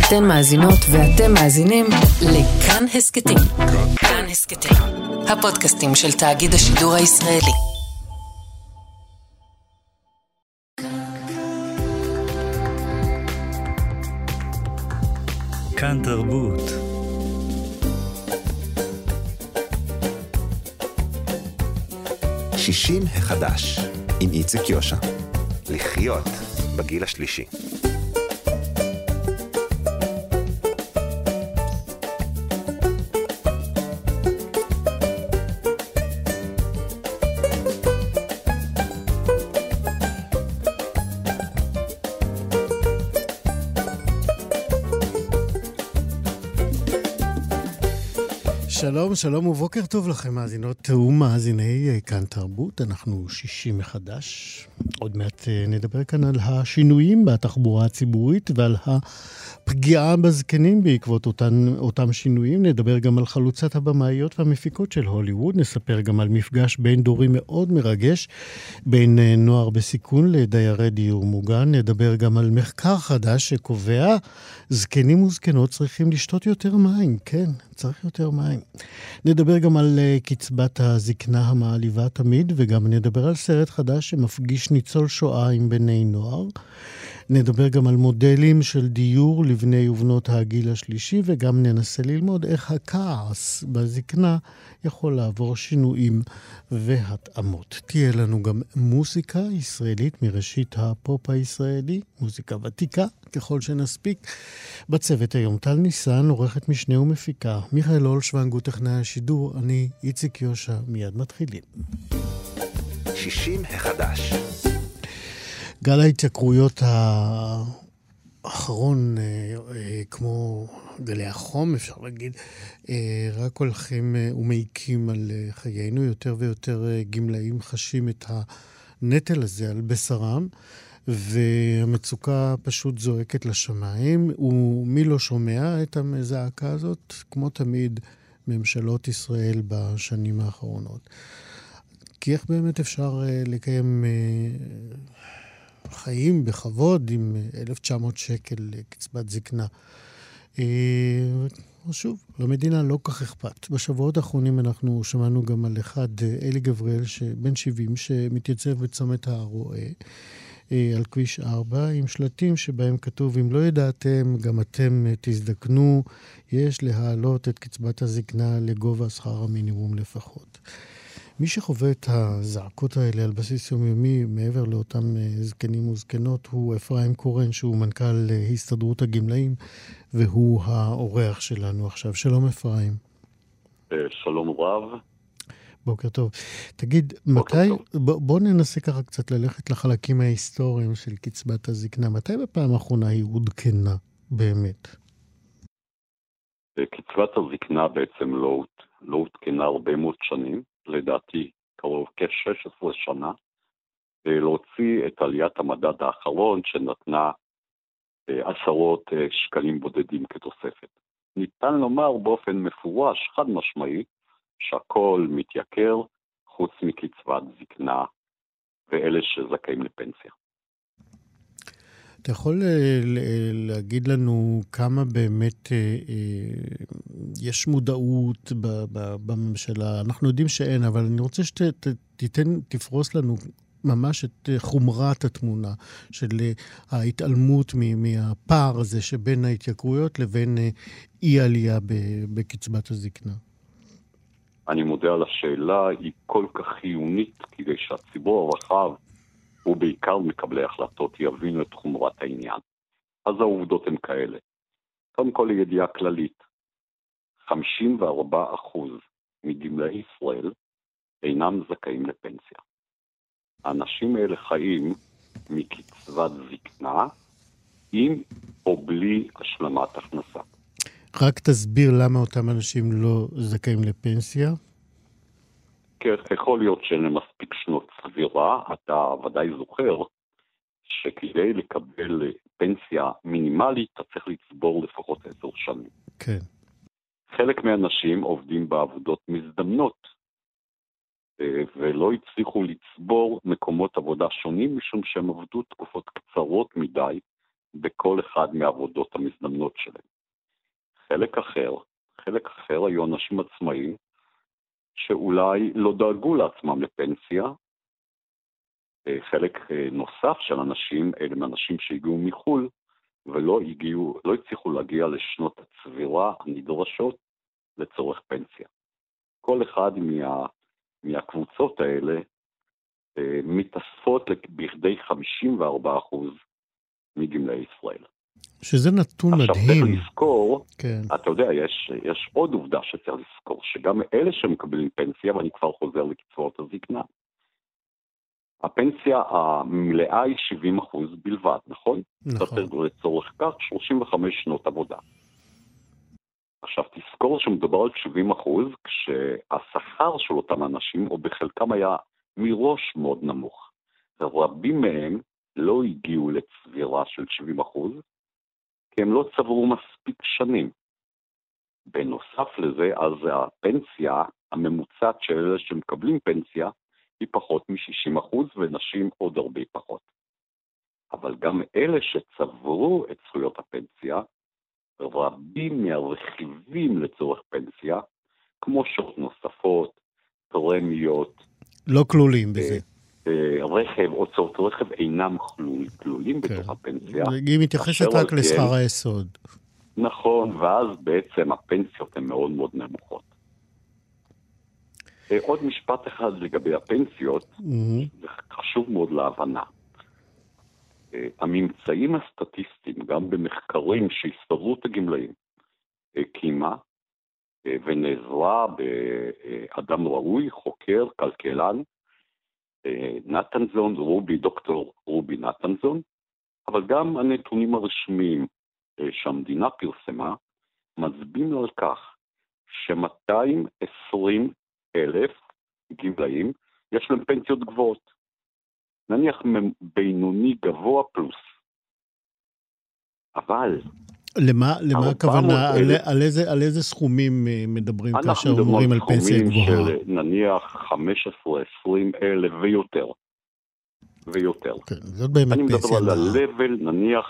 אתן מאזינות ואתם מאזינים לכאן הסקטים. כאן הסקטים, הפודקאסטים של תאגיד השידור הישראלי. כאן תרבות. שישים החדש עם איציק יושע. לחיות בגיל השלישי. שלום, שלום ובוקר טוב לכם מאזינות ומאזיני כאן תרבות. אנחנו 60 מחדש. עוד מעט נדבר כאן על השינויים בתחבורה הציבורית ועל הפגיעה בזקנים בעקבות אותם שינויים. נדבר גם על חלוצת הבמאיות והמפיקות של הוליווד. נספר גם על מפגש בין דורי מאוד מרגש בין נוער בסיכון לדיירי דיור מוגן. נדבר גם על מחקר חדש שקובע זקנים וזקנות צריכים לשתות יותר מים. כן, צריך יותר מים. נדבר גם על קצבת הזקנה המעליבה תמיד, וגם נדבר על סרט חדש שמפגיש ניצול שואה עם בני נוער. נדבר גם על מודלים של דיור לבני ובנות הגיל השלישי, וגם ננסה ללמוד איך הכעס בזקנה יכול לעבור שינויים והתאמות. תהיה לנו גם מוזיקה ישראלית מראשית הפופ הישראלי, מוזיקה ותיקה ככל שנספיק. בצוות היום טל ניסן, עורכת משנה ומפיקה, מיכאל אולשוונג הוא טכנאי השידור, אני איציק יושע. מיד מתחילים. 60 החדש. גל ההתייקרויות האחרון, כמו גלי החום, אפשר להגיד, רק הולכים ומעיקים על חיינו. יותר ויותר גמלאים חשים את הנטל הזה על בשרם, והמצוקה פשוט זועקת לשמיים. ומי לא שומע את הזעקה הזאת? כמו תמיד, ממשלות ישראל בשנים האחרונות. כי איך באמת אפשר לקיים חיים בכבוד עם 1,900 שקל קצבת זקנה? שוב, למדינה לא כך אכפת. בשבועות האחרונים אנחנו שמענו גם על אחד, אלי גבריאל, בן 70, שמתייצב בצומת הרועה על כביש 4, עם שלטים שבהם כתוב, אם לא ידעתם, גם אתם תזדקנו, יש להעלות את קצבת הזקנה לגובה שכר המינימום לפחות. מי שחווה את הזעקות האלה על בסיס יומיומי, מעבר לאותם זקנים וזקנות, הוא אפרים קורן, שהוא מנכ"ל הסתדרות הגמלאים, והוא האורח שלנו עכשיו. שלום אפרים. שלום רב. בוקר טוב. תגיד, בוא ננסה ככה קצת ללכת לחלקים ההיסטוריים של קצבת הזקנה. מתי בפעם האחרונה היא עודכנה באמת? קצבת הזקנה בעצם לא עודכנה הרבה מאוד שנים. לדעתי קרוב כ-16 שנה, להוציא את עליית המדד האחרון שנתנה עשרות שקלים בודדים כתוספת. ניתן לומר באופן מפורש, חד משמעי, שהכל מתייקר חוץ מקצבת זקנה ואלה שזכאים לפנסיה. אתה יכול להגיד לנו כמה באמת יש מודעות בממשלה? אנחנו יודעים שאין, אבל אני רוצה שתפרוס לנו ממש את חומרת התמונה של ההתעלמות מהפער הזה שבין ההתייקרויות לבין אי עלייה בקצבת הזקנה. אני מודה על השאלה, היא כל כך חיונית כדי שהציבור הרחב ובעיקר מקבלי החלטות יבינו את חומרת העניין. אז העובדות הן כאלה. קודם כל לידיעה כללית, 54% מגמלאי ישראל אינם זכאים לפנסיה. האנשים האלה חיים מקצבת זקנה עם או בלי השלמת הכנסה. רק תסביר למה אותם אנשים לא זכאים לפנסיה. יכול להיות שאין מספיק שנות צבירה, אתה ודאי זוכר שכדי לקבל פנסיה מינימלית אתה צריך לצבור לפחות 10 שנים. כן. חלק מהאנשים עובדים בעבודות מזדמנות, ולא הצליחו לצבור מקומות עבודה שונים, משום שהם עבדו תקופות קצרות מדי בכל אחד מהעבודות המזדמנות שלהם. חלק אחר היו אנשים עצמאיים, שאולי לא דאגו לעצמם לפנסיה. חלק נוסף של אנשים, אלה אנשים שהגיעו מחול, ולא הצליחו להגיע לשנות הצבירה הנדרשות לצורך פנסיה. כל אחד מהקבוצות האלה מתאספות בכדי 54% מגמלאי ישראל. שזה נתון מדהים. עכשיו צריך לזכור, כן. אתה יודע, יש עוד עובדה שצריך לזכור, שגם אלה שמקבלים פנסיה, ואני כבר חוזר לקצבאות הזקנה, הפנסיה המלאה היא 70% בלבד, נכון? נכון. לצורך כך 35 שנות עבודה. עכשיו תזכור שמדובר על 70%, כשהשכר של אותם אנשים, או בחלקם היה מראש מאוד נמוך. רבים מהם לא הגיעו לצבירה של 70%, כי הם לא צברו מספיק שנים. בנוסף לזה, אז הפנסיה הממוצעת של אלה שמקבלים פנסיה, היא פחות מ-60%, ונשים עוד הרבה פחות. אבל גם אלה שצברו את זכויות הפנסיה, רבים מהרכיבים לצורך פנסיה, כמו שעות נוספות, פרמיות, לא כלולים בזה. רכב, הוצאות רכב אינם כלולים בתוך הפנסיה. היא מתייחסת רק לשכר היסוד. נכון, ואז בעצם הפנסיות הן מאוד מאוד נמוכות. עוד משפט אחד לגבי הפנסיות, זה חשוב מאוד להבנה. הממצאים הסטטיסטיים, גם במחקרים שהסתדרות הגמלאים הקימה, ונעזרה באדם ראוי, חוקר, כלכלן, נתנזון, דוקטור רובי נתנזון, אבל גם הנתונים הרשמיים שהמדינה פרסמה, מצביעים על כך ש220,000 גמלאים יש להם פנסיות גבוהות. נניח בינוני גבוה פלוס. אבל למה הכוונה? על איזה סכומים מדברים כאשר אומרים על פנסיה גבוהה? אנחנו מדברים על סכומים של נניח 15,000, 20,000 ויותר. כן, זאת באמת אני מדבר פנסיה על גבוהה. ה-level נניח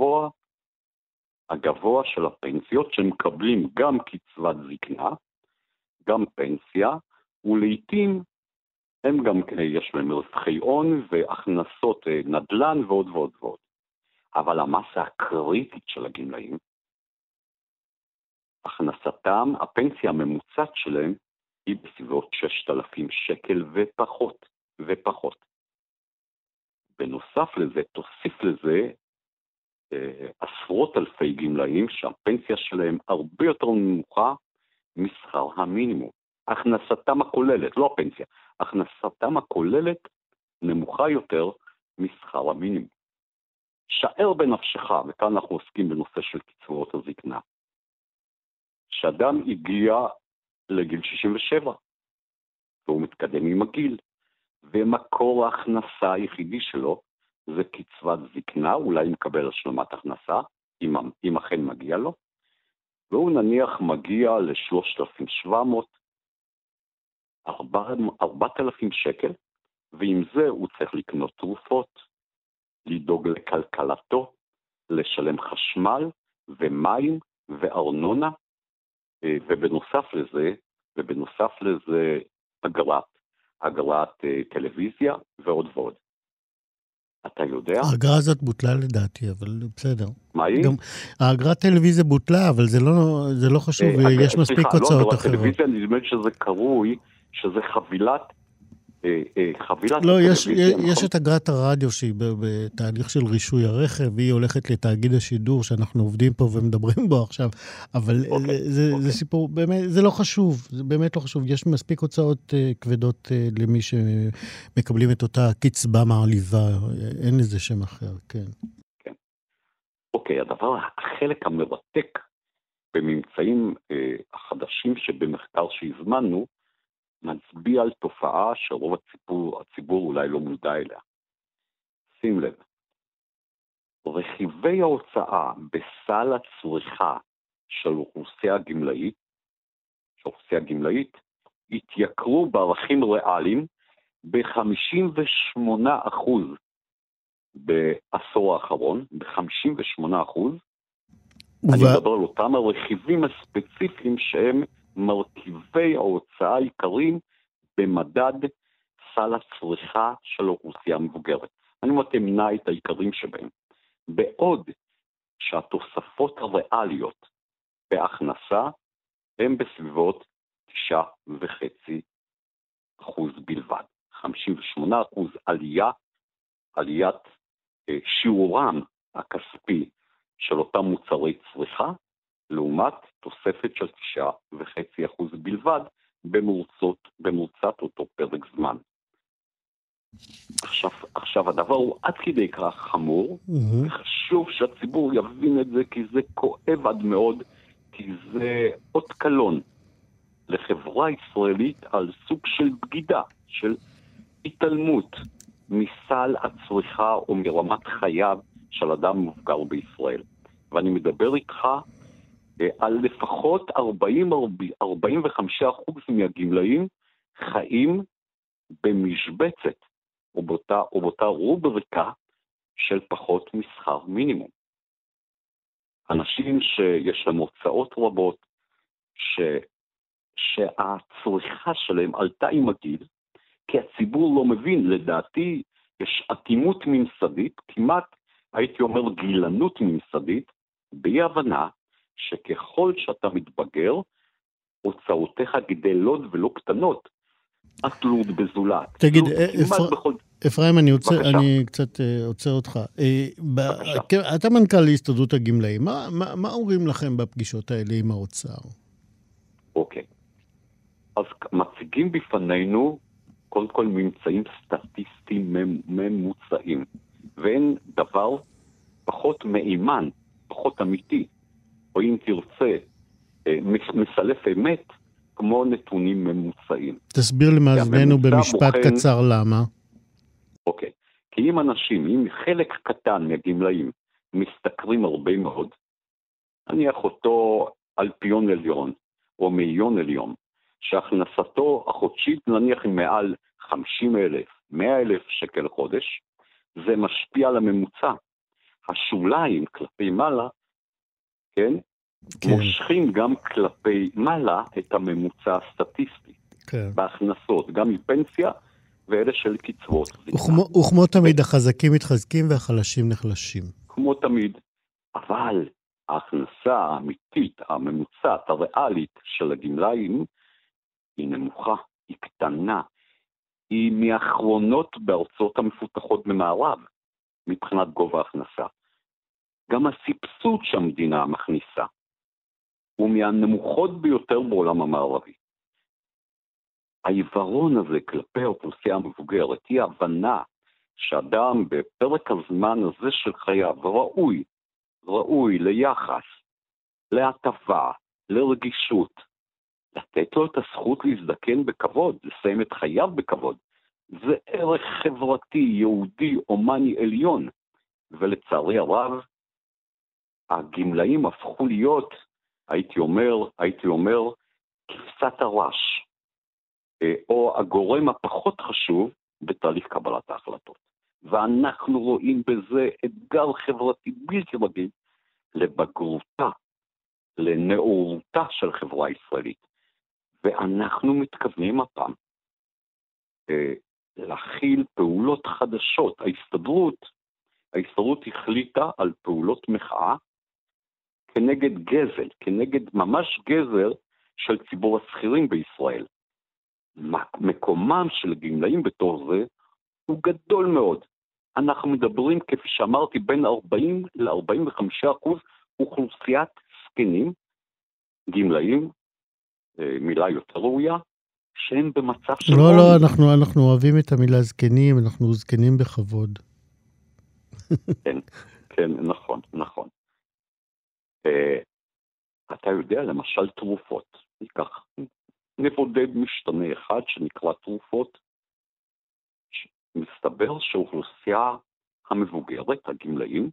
הגבוה של הפנסיות שמקבלים גם קצבת זקנה, גם פנסיה, ולעיתים הם גם יש להם רווחי הון והכנסות נדל"ן ועוד ועוד ועוד. אבל המסה הקריטית של הגמלאים, הכנסתם, הפנסיה הממוצעת שלהם, היא בסביבות 6,000 שקל ופחות. בנוסף לזה, תוסיף לזה, עשרות אלפי גמלאים שהפנסיה שלהם הרבה יותר נמוכה משכר המינימום. הכנסתם הכוללת, לא הפנסיה, הכנסתם הכוללת נמוכה יותר משכר המינימום. שער בנפשך, וכאן אנחנו עוסקים בנושא של קצבאות הזקנה, שאדם הגיע לגיל 67, והוא מתקדם עם הגיל, ומקור ההכנסה היחידי שלו זה קצבת זקנה, אולי מקבל השלמת הכנסה, אם אכן מגיע לו, והוא נניח מגיע ל3,700, 4,000 שקל, ועם זה הוא צריך לקנות תרופות, לדאוג לכלכלתו, לשלם חשמל ומים וארנונה, ובנוסף לזה אגרת טלוויזיה ועוד ועוד. אתה יודע? האגרה הזאת בוטלה לדעתי, אבל בסדר. מה היא? האגרת טלוויזיה בוטלה, אבל זה לא חשוב, יש מספיק הוצאות אחרות. הטלוויזיה נדמה שזה קרוי, שזה חבילת לא, יש את אגרת הרדיו שהיא בתהליך של רישוי הרכב, והיא הולכת לתאגיד השידור שאנחנו עובדים פה ומדברים בו עכשיו, אבל זה סיפור, באמת, זה לא חשוב, זה באמת לא חשוב, יש מספיק הוצאות כבדות למי שמקבלים את אותה קצבה מעליבה, אין לזה שם אחר, כן. כן. אוקיי, החלק המרתק בממצאים החדשים שבמחקר שהזמנו, מצביע על תופעה שרוב הציבור אולי לא מודע אליה. שים לב, רכיבי ההוצאה בסל הצריכה של אוכלוסייה גמלאית, התייקרו בערכים ריאליים ב-58%. בעשור האחרון, ב-58%. אני מדבר על אותם הרכיבים הספציפיים שהם מרכיבי ההוצאה העיקריים במדד סל הצריכה של האוכלוסייה המבוגרת. אני מתמנה את העיקרים שבהם. בעוד שהתוספות הריאליות בהכנסה הם בסביבות 9.5% בלבד. 58% עליית שיעורם הכספי של אותם מוצרי צריכה, לעומת תוספת של 9.5% בלבד במרוצת אותו פרק זמן. עכשיו הדבר הוא עד כדי כך חמור, וחשוב שהציבור יבין את זה, כי זה כואב עד מאוד, כי זה אות קלון לחברה ישראלית על סוג של בגידה, של התעלמות מסל הצריכה או מרמת חייו של אדם מבוגר בישראל. ואני מדבר איתך על לפחות 45% מהגמלאים חיים במשבצת, או באותה רובריקה של פחות משכר מינימום. אנשים שיש להם הוצאות רבות, שהצריכה שלהם עלתה עם הגיל, כי הציבור לא מבין. לדעתי יש אטימות ממסדית, כמעט הייתי אומר גילנות ממסדית, בי הבנה שככל שאתה מתבגר, הוצאותיך גדלות ולא קטנות. התלות בזולת. תגיד, אפרים, אני קצת עוצר אותך. אתה מנכ"ל להסתדרות הגמלאים. מה אומרים לכם בפגישות האלה עם האוצר? אוקיי. אז מציגים בפנינו קודם כל ממצאים סטטיסטיים ממוצעים, ואין דבר פחות מאימן, פחות אמיתי, או אם תרצה, מסלף אמת, כמו נתונים ממוצעים. תסביר למאזננו במשפט קצר למה. אוקיי. כי אם חלק קטן מהגמלאים משתכרים הרבה מאוד, נניח אותו אלפיון עליון, או מאיון עליון, שהכנסתו החודשית נניח היא מעל 50,000, 100,000 שקל לחודש, זה משפיע על הממוצע. השוליים כלפי מעלה, כן? מושכים גם כלפי מעלה את הממוצע הסטטיסטי. כן. בהכנסות, גם מפנסיה ואלה של קצבות. וכמו תמיד, החזקים מתחזקים והחלשים נחלשים. כמו תמיד. אבל ההכנסה האמיתית, הממוצעת, הריאלית של הגמלאים, היא נמוכה, היא קטנה. היא מאחרונות בארצות המפותחות במערב, מבחינת גובה ההכנסה. גם הסבסוד שהמדינה מכניסה, הוא מהנמוכות ביותר בעולם המערבי. העיוורון הזה כלפי האוכלוסייה המבוגרת, היא הבנה שאדם בפרק הזמן הזה של חייו ראוי ליחס, להטבה, לרגישות, לתת לו את הזכות להזדקן בכבוד, לסיים את חייו בכבוד. זה ערך חברתי, יהודי, אומני עליון. ולצערי הרב, הגמלאים הפכו להיות, הייתי אומר, כבשת הרש, או הגורם הפחות חשוב בתהליך קבלת ההחלטות. ואנחנו רואים בזה אתגר חברתי בלתי רגיל לבגרותה, לנאורותה של חברה ישראלית. ואנחנו מתכוונים הפעם להכיל פעולות חדשות. ההסתדרות החליטה על פעולות מחאה כנגד גזל, כנגד ממש גזל של ציבור השכירים בישראל. מקומם של גמלאים בתור זה הוא גדול מאוד. אנחנו מדברים, כפי שאמרתי, בין 40 ל-45% אוכלוסיית זקנים, גמלאים, מילה יותר ראויה, שהם במצב של... לא, אנחנו אוהבים את המילה זקנים, אנחנו זקנים בכבוד. כן, נכון. אתה יודע, למשל תרופות, נבודד משתנה אחד שנקרא תרופות, מסתבר שאוכלוסייה המבוגרת, הגמלאים,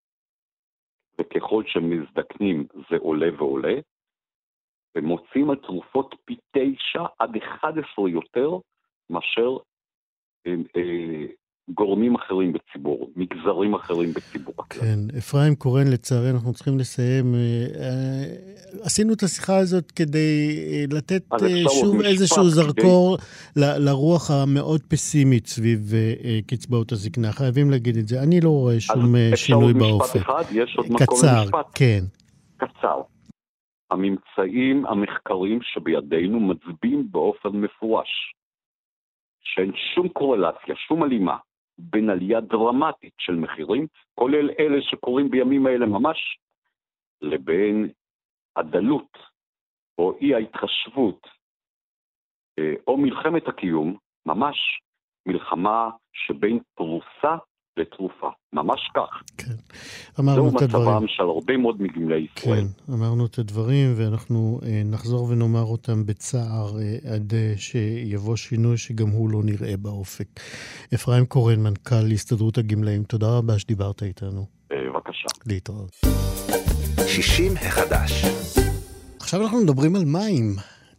וככל שמזדקנים זה עולה ועולה, ומוצאים על תרופות פי 9 עד 11 יותר מאשר גורמים אחרים בציבור, מגזרים אחרים בציבור. כן, אפרים קורן, לצערי אנחנו צריכים לסיים. עשינו את השיחה הזאת כדי לתת שוב איזשהו זרקור לרוח המאוד פסימית סביב קצבאות הזקנה. חייבים להגיד את זה. אני לא רואה שום שינוי באופק. אפשר עוד משפט אחד? יש עוד מקום למשפט? כן. קצר. הממצאים המחקרים שבידינו מצביעים באופן מפורש, שאין שום קורלציה, שום הלימה, בין עלייה דרמטית של מחירים, כולל אלה שקורים בימים האלה ממש, לבין הדלות, או אי ההתחשבות, או מלחמת הקיום, ממש מלחמה שבין פרוסה לתרופה. ממש כך. כן. אמרנו את הדברים. זהו מצבם של הרבה מאוד מגמלי ישראל. כן, אמרנו את הדברים, ואנחנו נחזור ונאמר אותם בצער עד שיבוא שינוי שגם הוא לא נראה באופק. אפרים קורן, מנכ"ל הסתדרות הגמלאים, תודה רבה שדיברת איתנו. בבקשה. להתראות. 60 החדש. עכשיו אנחנו מדברים על מים.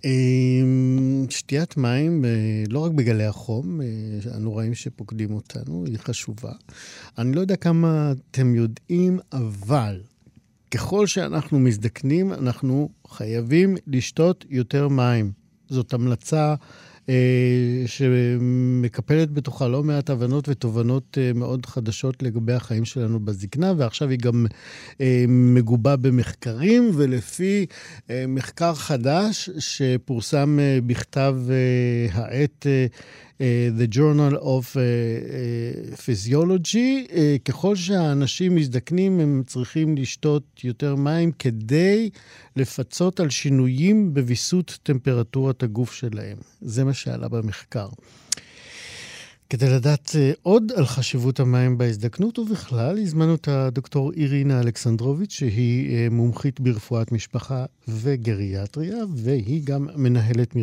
שתיית מים, לא רק בגלי החום, הנוראים שפוקדים אותנו, היא חשובה. אני לא יודע כמה אתם יודעים, אבל ככל שאנחנו מזדקנים, אנחנו חייבים לשתות יותר מים. זאת המלצה שמקפלת בתוכה לא מעט הבנות ותובנות מאוד חדשות לגבי החיים שלנו בזקנה, ועכשיו היא גם מגובה במחקרים, ולפי מחקר חדש שפורסם בכתב העת The Journal of Physiology, ככל שהאנשים מזדקנים הם צריכים לשתות יותר מים כדי לפצות על שינויים בוויסות טמפרטורת הגוף שלהם. זה מה שעלה במחקר. כדי לדעת עוד על חשיבות המים בהזדקנות ובכלל, הזמנו את הדוקטור אירינה אלכסנדרוביץ', שהיא מומחית ברפואת משפחה וגריאטריה, והיא גם מנהלת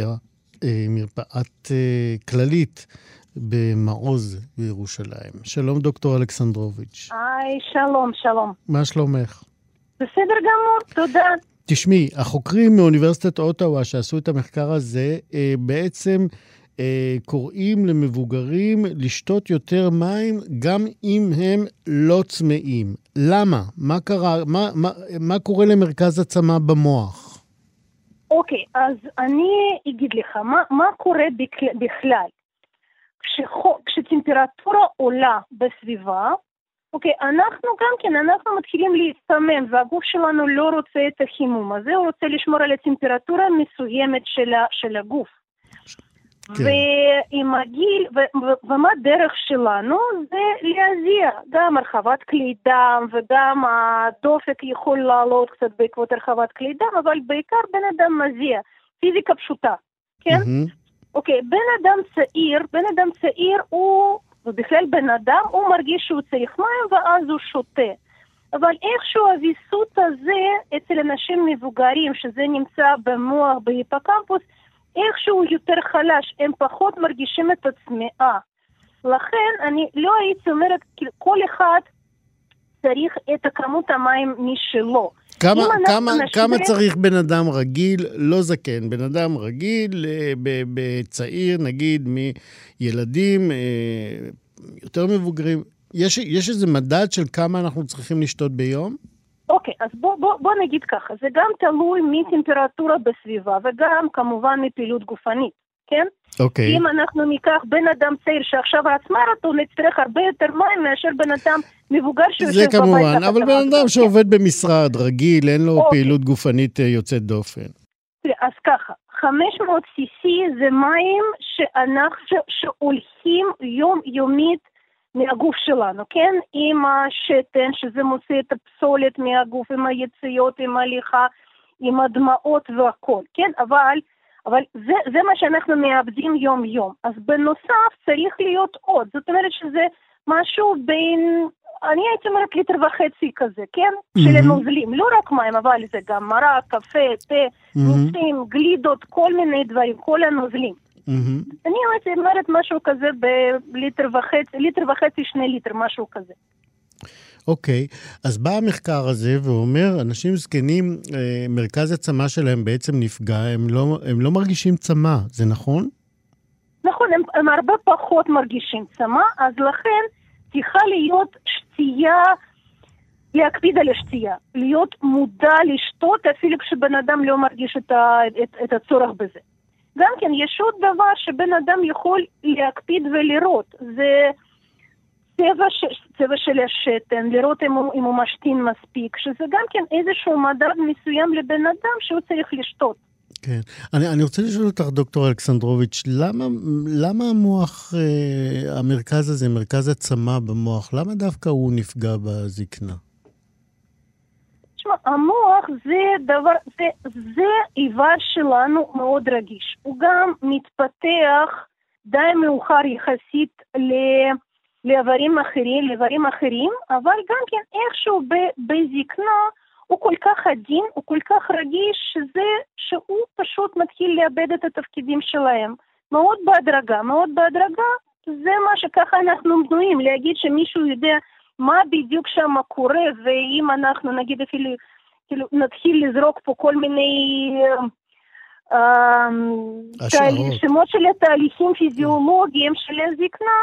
מרפאת כללית במעוז בירושלים. שלום דוקטור אלכסנדרוביץ'. היי, שלום. מה שלומך? בסדר גמור, תודה. תשמעי, החוקרים מאוניברסיטת אוטאווה שעשו את המחקר הזה, בעצם קוראים למבוגרים לשתות יותר מים גם אם הם לא צמאים. למה? מה קרה? מה קורה למרכז הצמא במוח? אוקיי, אז אני אגיד לך, מה קורה בכלל? כשטמפרטורה עולה בסביבה, אוקיי, אנחנו מתחילים להסתמם, והגוף שלנו לא רוצה את החימום הזה, הוא רוצה לשמור על הטמפרטורה מסוימת של הגוף. כן. ועם הגיל, ומה דרך שלנו זה להזיע, גם הרחבת כלי דם, וגם הדופק יכול לעלות קצת בעקבות הרחבת כלי דם, אבל בעיקר בן אדם מזיע, פיזיקה פשוטה, כן? אוקיי, בן אדם צעיר הוא, ובכלל בן אדם, הוא מרגיש שהוא צריך מים ואז הוא שותה. אבל איכשהו הוויסות הזה אצל אנשים מבוגרים, שזה נמצא במוח, בהיפוקמפוס, איכשהו יותר חלש, הם פחות מרגישים את הצמאה. לכן אני לא הייתי אומרת, כל אחד צריך את כמות המים משלו. כמה צריך בן אדם רגיל, לא זקן, בן אדם רגיל, בצעיר, נגיד, מילדים יותר מבוגרים, יש איזה מדד של כמה אנחנו צריכים לשתות ביום? אוקיי, אז בוא נגיד ככה, זה גם תלוי מטמפרטורה בסביבה, וגם כמובן מפעילות גופנית, כן? אוקיי. אם אנחנו ניקח בן אדם צעיר שעכשיו עצמר אותו, נצטרך הרבה יותר מים מאשר בן אדם מבוגר שיושב בבית. זה כמובן, אבל בן אדם שעובד במשרד רגיל, אין לו פעילות גופנית יוצאת דופן. אז ככה, 500 cc זה מים שהולכים יומית מהגוף שלנו, כן? עם השתן, שזה מוציא את הפסולת מהגוף, עם היציאות, עם ההליכה, עם הדמעות והכל, כן? אבל זה מה שאנחנו מאבדים יום-יום. אז בנוסף צריך להיות עוד. זאת אומרת שזה משהו בין, אני הייתי אומרת 1.5 ליטר כזה, כן? של הנוזלים. לא רק מים, אבל זה גם מרק, קפה, תה, ניסים, גלידות, כל מיני דברים, כל הנוזלים. אני אומרת משהו כזה ב1.5 ליטר, 2 ליטר, משהו כזה. אוקיי, אז בא המחקר הזה ואומר, אנשים זקנים, מרכז הצמא שלהם בעצם נפגע, הם לא מרגישים צמא, זה נכון? נכון, הם הרבה פחות מרגישים צמא, אז לכן צריכה להיות שתייה, להקפיד על השתייה, להיות מודע לשתות אפילו כשבן אדם לא מרגיש את הצורך בזה. גם כן, יש עוד דבר שבן אדם יכול להקפיד ולראות, זה צבע של השתן, לראות אם הוא משתין מספיק, שזה גם כן איזשהו מדד מסוים לבן אדם שהוא צריך לשתות. כן. אני רוצה לשאול אותך, דוקטור אלכסנדרוביץ', למה המוח, המרכז הזה, מרכז הצמא במוח, למה דווקא הוא נפגע בזקנה? תשמע, המוח זה איבר שלנו מאוד רגיש. הוא גם מתפתח די מאוחר יחסית לאיברים אחרים, אבל גם כן איכשהו בזקנה הוא כל כך עדין, הוא כל כך רגיש, שהוא פשוט מתחיל לאבד את התפקידים שלהם. מאוד בהדרגה, זה מה שככה אנחנו בנויים, להגיד שמישהו יודע מה בדיוק שם קורה, ואם אנחנו נגיד אפילו נתחיל לזרוק פה כל מיני שמות של תהליכים פיזיולוגיים של הזקנה,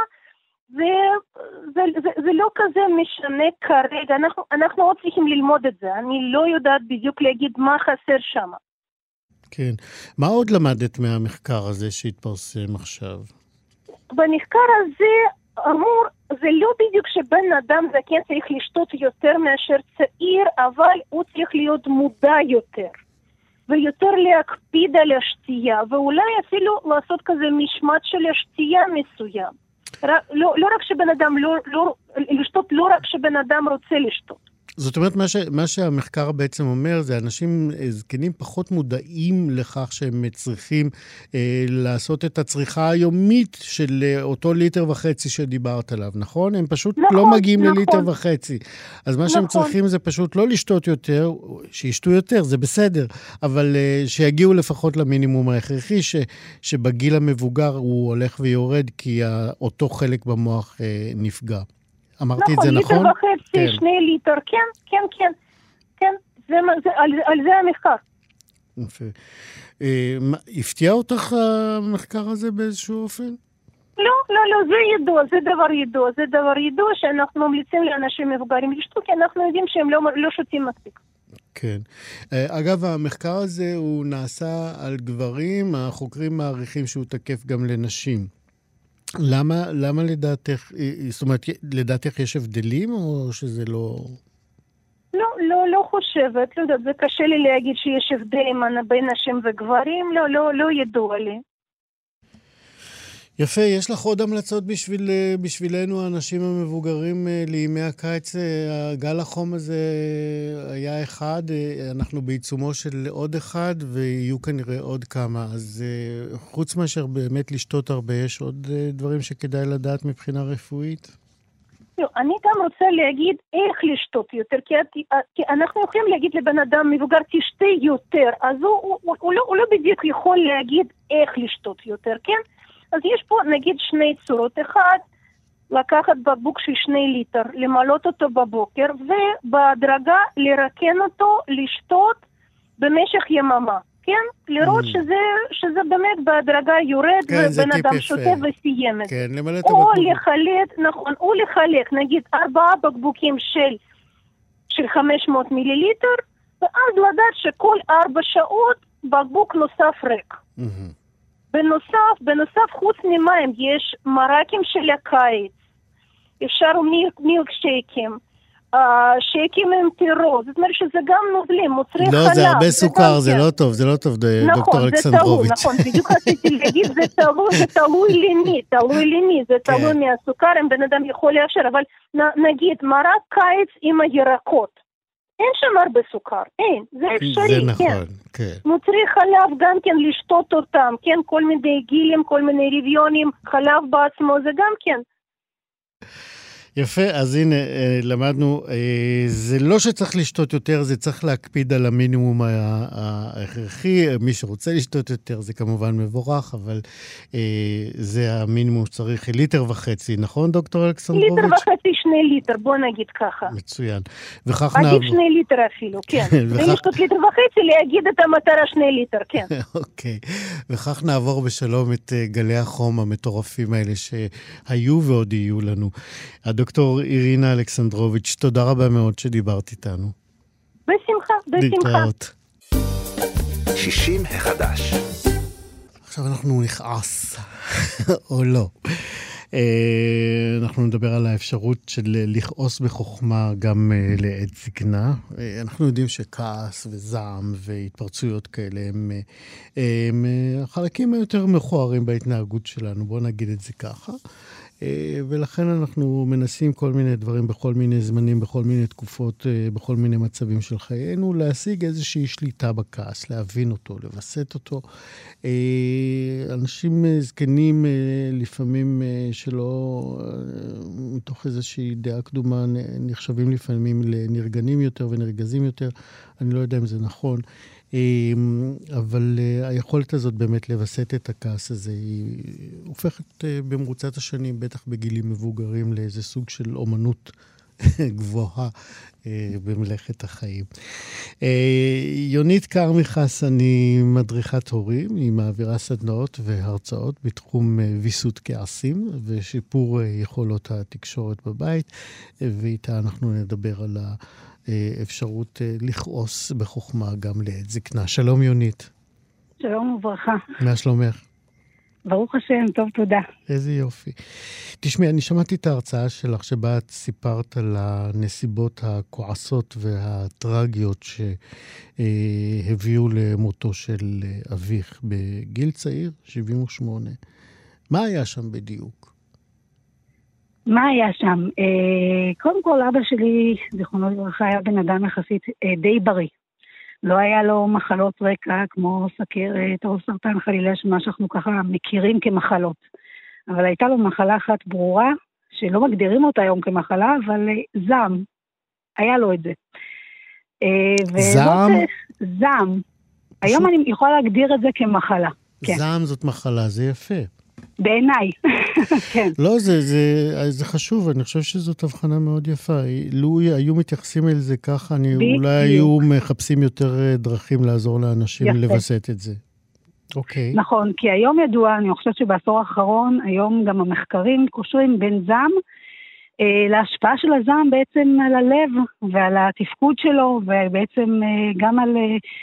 זה לא כזה משנה כרגע, אנחנו עוד צריכים ללמוד את זה, אני לא יודעת בדיוק להגיד מה חסר שם. כן, מה עוד למדת מהמחקר הזה שהתפרסם עכשיו? במחקר הזה אמור, זה לא בדיוק שבן אדם זקן צריך לשתות יותר מאשר צעיר, אבל הוא צריך להיות מודע יותר, ויותר להקפיד על השתייה, ואולי אפילו לעשות כזה משמעת של השתייה מסוים. לא רק שבן אדם לשתות, לא רק שבן אדם רוצה לשתות. זאת אומרת, מה שהמחקר בעצם אומר, זה אנשים זקנים פחות מודעים לכך שהם צריכים לעשות את הצריכה היומית של אותו 1.5 ליטר שדיברת עליו, נכון? הם פשוט לא מגיעים ל1.5 ליטר. אז מה שהם צריכים זה פשוט לא לשתות יותר, שישתו יותר, זה בסדר, אבל שיגיעו לפחות למינימום ההכרחי, שבגיל המבוגר הוא הולך ויורד, כי אותו חלק במוח נפגע. אמרתי את זה נכון? נכון, 1.5 ליטר, 2 ליטר, כן, על זה המחקר. הפתיע אותך המחקר הזה באיזשהו אופן? לא, זה דבר ידוע שאנחנו ממליצים לאנשים מבוגרים לשתות, כי אנחנו יודעים שהם לא שותים מספיק. כן. אגב, המחקר הזה הוא נעשה על גברים, החוקרים מעריכים שהוא תקף גם לנשים. למה לדעתך, זאת אומרת, לדעתך יש הבדלים או שזה לא... לא חושבת, לא יודעת, זה קשה לי להגיד שיש הבדלים בין נשים וגברים, לא ידוע לי. יפה, יש לך עוד המלצות בשבילנו, האנשים המבוגרים, לימי הקיץ? הגל החום הזה היה אחד, אנחנו בעיצומו של עוד אחד, ויהיו כנראה עוד כמה. אז חוץ מאשר באמת לשתות הרבה, יש עוד דברים שכדאי לדעת מבחינה רפואית? לא, אני גם רוצה להגיד איך לשתות יותר, כי אנחנו יכולים להגיד לבן אדם מבוגר תשתה יותר, אז הוא לא בדיוק יכול להגיד איך לשתות יותר, כן? אז יש פה נגיד שני צורות. אחד, לקחת בקבוק של 2 ליטר, למלות אותו בבוקר, ובהדרגה לרקן אותו, לשתות במשך יממה. כן? לראות שזה באמת בהדרגה יורד, ובן אדם שותה וסיים את זה. כן, למלא את הבקבוק. או לחלק, נגיד 4 בקבוקים של 500 מיליליטר, ואז לדעת שכל 4 שעות בקבוק נוסף ריק. בנוסף, חוץ ממים, יש מרקים של הקיץ, אפשר מילק שייקים, שייקים עם פירות, זאת אומרת שזה גם נוזלים, מוצרי חלב. לא, זה הרבה סוכר, זה לא טוב, דוקטור אלכסנדרוביץ'. נכון, בדיוק רציתי להגיד, זה תלוי למי, זה תלוי מהסוכר, אם בן אדם יכול לאפשר, אבל נגיד, מרק קיץ עם הירקות. אין שם הרבה סוכר, אין, זה אפשרי, זה נכון, כן. מוצרי חלב גם כן לשתות אותם, כן, כל מיני גילים, כל מיני רביונים, חלב בעצמו, זה גם כן. יפה, אז הנה, למדנו, זה לא שצריך לשתות יותר, זה צריך להקפיד על המינימום ההכרחי, מי שרוצה לשתות יותר זה כמובן מבורך, אבל זה המינימום שצריך, 1.5 ליטר, נכון דוקטור אלכסנדרוביץ'? 1.5 ליטר, 2 ליטר, בוא נגיד ככה. מצוין. וכך עדיף 2 ליטר אפילו, כן. זה לשתות ליטר וחצי, להגיד את המטרה 2 ליטר, כן. אוקיי. וכך נעבור בשלום את גלי החום המטורפים האלה שהיו ועוד יהיו לנו. הדוקטור אירינה אלכסנדרוביץ', תודה רבה מאוד שדיברת איתנו. בשמחה, בשמחה. להתראות. 60 החדש. עכשיו אנחנו נכעס, או לא. אנחנו נדבר על האפשרות של לכעוס בחוכמה גם לעת זקנה. אנחנו יודעים שכעס וזעם והתפרצויות כאלה הם החלקים היותר מכוערים בהתנהגות שלנו, בואו נגיד את זה ככה. ולכן אנחנו מנסים כל מיני דברים בכל מיני זמנים, בכל מיני תקופות, בכל מיני מצבים של חיינו, להשיג איזושהי שליטה בכעס, להבין אותו, לבסט אותו. אנשים זקנים לפעמים שלא, מתוך איזושהי דעה קדומה, נחשבים לפעמים לנרגנים יותר ונרגזים יותר. אני לא יודע אם זה נכון. אבל היכולת הזאת באמת לבסט את הכעס הזה היא הופכת במרוצת השנים, בטח בגילים מבוגרים, לאיזה סוג של אומנות גבוהה במלאכת החיים. יונית קרמיכס, אני מדריכת הורים, היא מעבירה סדנאות והרצאות בתחום ויסות כעסים ושיפור יכולות התקשורת בבית, ואיתה אנחנו נדבר על אפשרות לכעוס בחוכמה גם לעת זקנה. שלום יונית. שלום וברכה. מה שלומך? ברוך השם, טוב, תודה. איזה יופי. תשמעי, אני שמעתי את ההרצאה שלך שבה את סיפרת על הנסיבות הכועסות והטרגיות שהביאו למותו של אביך בגיל צעיר, 78. מה היה שם בדיוק? מה היה שם? קודם כל, אבא שלי, זיכרונו לברכה, היה בן אדם יחסית די בריא. לא היה לו מחלות רקע כמו סכרת או סרטן חלילה, שמה שאנחנו ככה מכירים כמחלות. אבל הייתה לו מחלה אחת ברורה, שלא מגדירים אותה היום כמחלה, אבל זעם. היה לו את זה. זעם? זעם. היום אני יכולה להגדיר את זה כמחלה. זעם זאת מחלה, זה יפה. בעיניי, כן. לא, זה חשוב, אני חושב שזאת הבחנה מאוד יפה. לו היו מתייחסים אל זה ככה, אולי היו מחפשים יותר דרכים לעזור לאנשים לבסט את זה. אוקיי. נכון, כי היום ידוע, אני חושבת שבעשור האחרון, היום גם המחקרים קושרים בין זעם, להשפעה של הזעם בעצם על הלב ועל התפקוד שלו, ובעצם גם על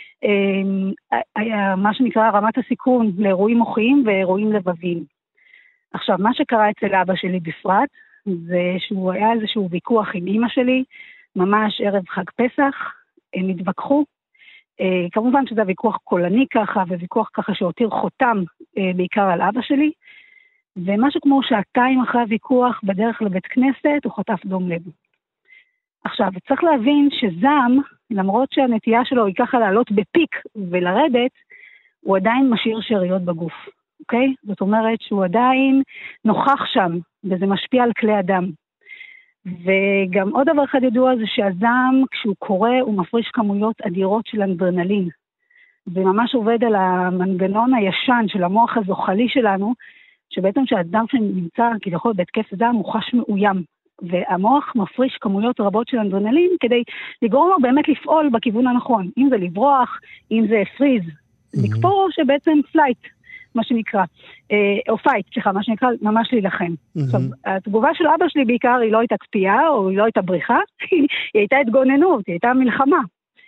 מה שנקרא רמת הסיכון לאירועים מוחיים ואירועים לבביים. עכשיו, מה שקרה אצל אבא שלי בפרט, זה שהוא היה איזשהו ויכוח עם אמא שלי, ממש ערב חג פסח, הם התווכחו, כמובן שזה ויכוח קולני ככה, וויכוח ככה שהותיר חותם בעיקר על אבא שלי, ומשהו כמו שעתיים אחרי הוויכוח בדרך לבית כנסת, הוא חטף דום לב. עכשיו, צריך להבין שזעם, למרות שהנטייה שלו היא ככה לעלות בפיק ולרדת, הוא עדיין משאיר שאריות בגוף, אוקיי? זאת אומרת שהוא עדיין נוכח שם, וזה משפיע על כלי הדם. וגם עוד דבר אחד ידוע זה שהזעם, כשהוא קורה, הוא מפריש כמויות אדירות של אדרנלין. זה ממש עובד על המנגנון הישן של המוח הזוחלי שלנו, שבעצם שהאדם שנמצא כביכול בהתקף זעם הוא חש מאוים. והמוח מפריש כמויות רבות של אדרנלין כדי לגרום לו באמת לפעול בכיוון הנכון. אם זה לברוח, אם זה פריז, לקפור שבעצם פלייט, מה שנקרא, או פייט, סליחה, מה שנקרא, ממש להילחם. עכשיו, התגובה של אבא שלי בעיקר היא לא הייתה קפיאה, או היא לא הייתה בריחה, היא הייתה התגוננות, היא הייתה מלחמה.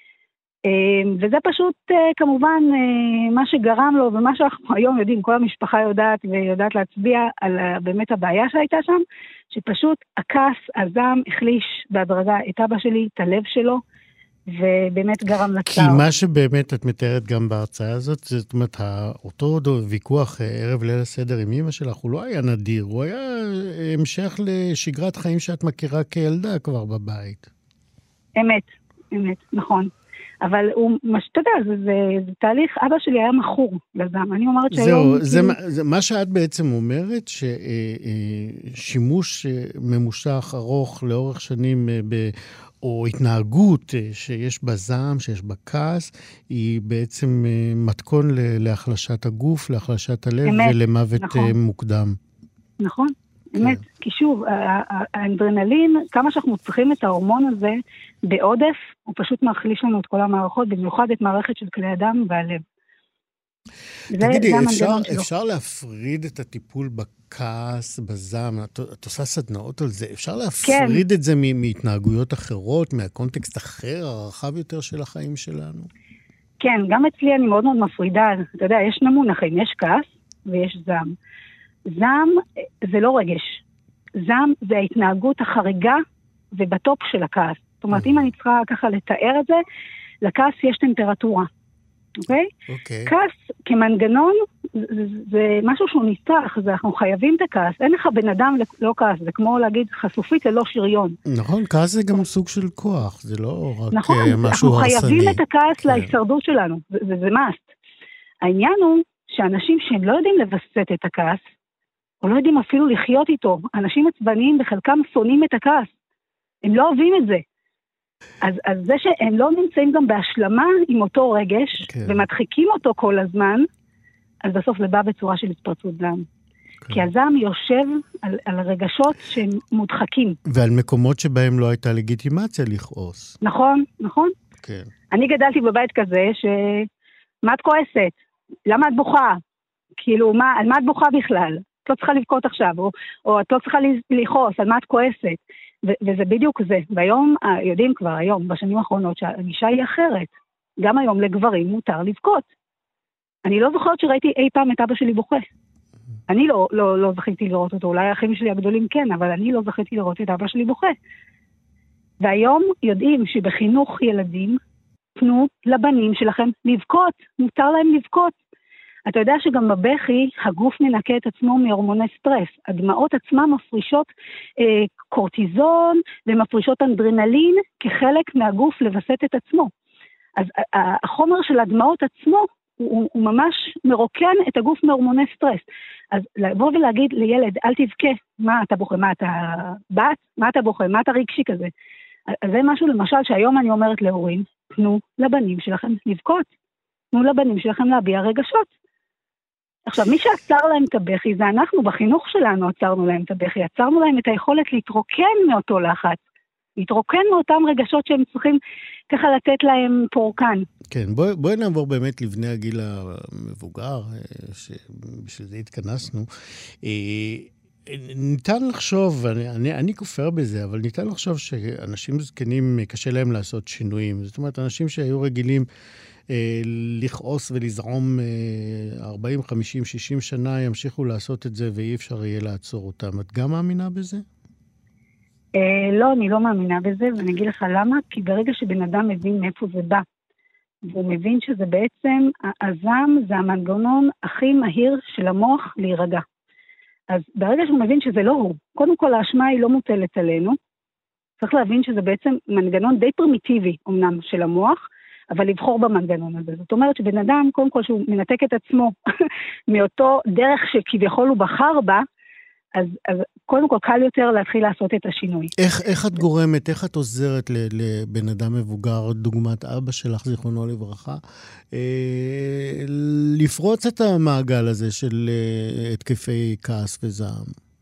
וזה פשוט כמובן מה שגרם לו, ומה שאנחנו היום יודעים, כל המשפחה יודעת ויודעת להצביע על באמת הבעיה שהייתה שם, שפשוט הכעס, הזעם, החליש בהדרגה את אבא שלי, את הלב שלו, ובאמת גרם לצער. כי מה שבאמת את מתארת גם בהרצאה הזאת, זאת אומרת, אותו ויכוח ערב ליל הסדר עם אמא שלך, הוא לא היה נדיר, הוא היה המשך לשגרת חיים שאת מכירה כילדה כבר בבית. אמת, נכון. אבל אתה יודע, זה תהליך, אבא שלי היה מכור לזעם. אני אומרת שהיום... זהו, מה שאת בעצם אומרת, ששימוש ממושך, ארוך, לאורך שנים, או התנהגות שיש בה זעם, שיש בה כעס, היא בעצם מתכון להחלשת הגוף, להחלשת הלב ולמוות מוקדם. נכון. אמת, כי שוב, האנדרנלין, כמה שאנחנו צריכים את ההורמון הזה בעודף, הוא פשוט מחליש לנו את כל המערכות, במיוחד את מערכת של כלי הדם והלב. תגידי, אפשר להפריד את הטיפול בכעס, בזעם, את עושה סדנאות על זה, אפשר להפריד את זה מהתנהגויות אחרות, מהקונטקסט אחר, הרחב יותר של החיים שלנו? כן, גם אצלי אני מאוד מאוד מפרידה, אתה יודע, יש מונחים, יש כעס ויש זעם. זעם זה לא רגש, זעם זה ההתנהגות החריגה ובטופ של הכעס. זאת אומרת, אם אני צריכה ככה לתאר את זה, לכעס יש טמפרטורה. אוקיי? כעס כמנגנון זה משהו שהוא נצטרך, אנחנו חייבים את הכעס, אין לך בן אדם לא כעס, זה כמו להגיד חשופית ללא שריון. נכון, כעס זה גם סוג של כוח, זה לא רק נכון, משהו הרסני. אנחנו חייבים את הכעס להישרדות שלנו, זה מאסט. העניין הוא שאנשים שהם לא יודעים לבסט את הכעס, או לא יודעים אפילו לחיות איתו, אנשים עצבניים בחלקם שונאים את הכעס, הם לא אוהבים את זה. אז זה שהם לא נמצאים גם בהשלמה עם אותו רגש, ומדחיקים אותו כל הזמן, אז בסוף זה בא בצורה של התפרצות זעם. כי הזעם יושב על רגשות שהם מודחקים. ועל מקומות שבהם לא הייתה לגיטימציה לכעוס. נכון, נכון. כן. אני גדלתי בבית כזה, מה את כועסת? למה את בוכה? כאילו, על מה את בוכה בכלל? את לא צריכה לבכות עכשיו, או את לא צריכה לכעוס, על מה את כועסת? וזה בדיוק זה. והיום, יודעים כבר היום, בשנים האחרונות, שהגישה היא אחרת. גם היום לגברים מותר לבכות. אני לא זוכרת שראיתי אי פעם את אבא שלי בוכה. אני לא זכיתי לראות אותו, אולי האחים שלי הגדולים כן, אבל אני לא זכיתי לראות את אבא שלי בוכה. והיום יודעים שבחינוך ילדים, תנו לבנים שלכם לבכות, מותר להם לבכות. אתה יודע שגם בבכי הגוף מנקה את עצמו מהורמוני סטרס. הדמעות עצמן מפרישות קורטיזון ומפרישות אנדרנלין כחלק מהגוף לבסט את עצמו. אז החומר של הדמעות עצמו הוא ממש מרוקן את הגוף מהורמוני סטרס. אז לבוא ולהגיד לילד, אל תבכה, מה אתה בוכה, מה אתה בת, מה אתה בוכה, מה אתה רגשי כזה. אז זה משהו למשל שהיום אני אומרת להורים, תנו לבנים שלכם לבכות, תנו לבנים שלכם להביע רגשות. עכשיו, מי שעצר להם את הבכי, זה אנחנו בחינוך שלנו עצרנו להם את הבכי, עצרנו להם את היכולת להתרוקן מאותו לחץ, להתרוקן מאותם רגשות שהם צריכים ככה לתת להם פורקן. כן, בואי נעבור באמת לבני הגיל המבוגר, שבשביל זה התכנסנו. ניתן לחשוב, אני כופר בזה, אבל ניתן לחשוב שאנשים זקנים קשה להם לעשות שינויים. זאת אומרת, אנשים שהיו רגילים לכעוס ולזעום 40, 50, 60 שנה ימשיכו לעשות את זה ואי אפשר יהיה לעצור אותם. את גם מאמינה בזה? לא, אני לא מאמינה בזה, ואני אגיד לך למה, כי ברגע שבן אדם מבין מאיפה זה בא, והוא מבין שזה בעצם, הזעם זה המנגנון הכי מהיר של המוח להירגע. אז ברגע שהוא מבין שזה לא הוא, קודם כל האשמה היא לא מוטלת עלינו, צריך להבין שזה בעצם מנגנון די פרימיטיבי, אמנם של המוח, אבל לבחור במנגנון הזה. זאת אומרת שבן אדם, קודם כל שהוא מנתק את עצמו מאותו דרך שכביכול הוא בחר בה, אז קודם כל קל יותר להתחיל לעשות את השינוי. איך את גורמת, איך את עוזרת לבן אדם מבוגר, דוגמת אבא שלך, זיכרונו לברכה, לפרוץ את המעגל הזה של התקפי כעס וזעם?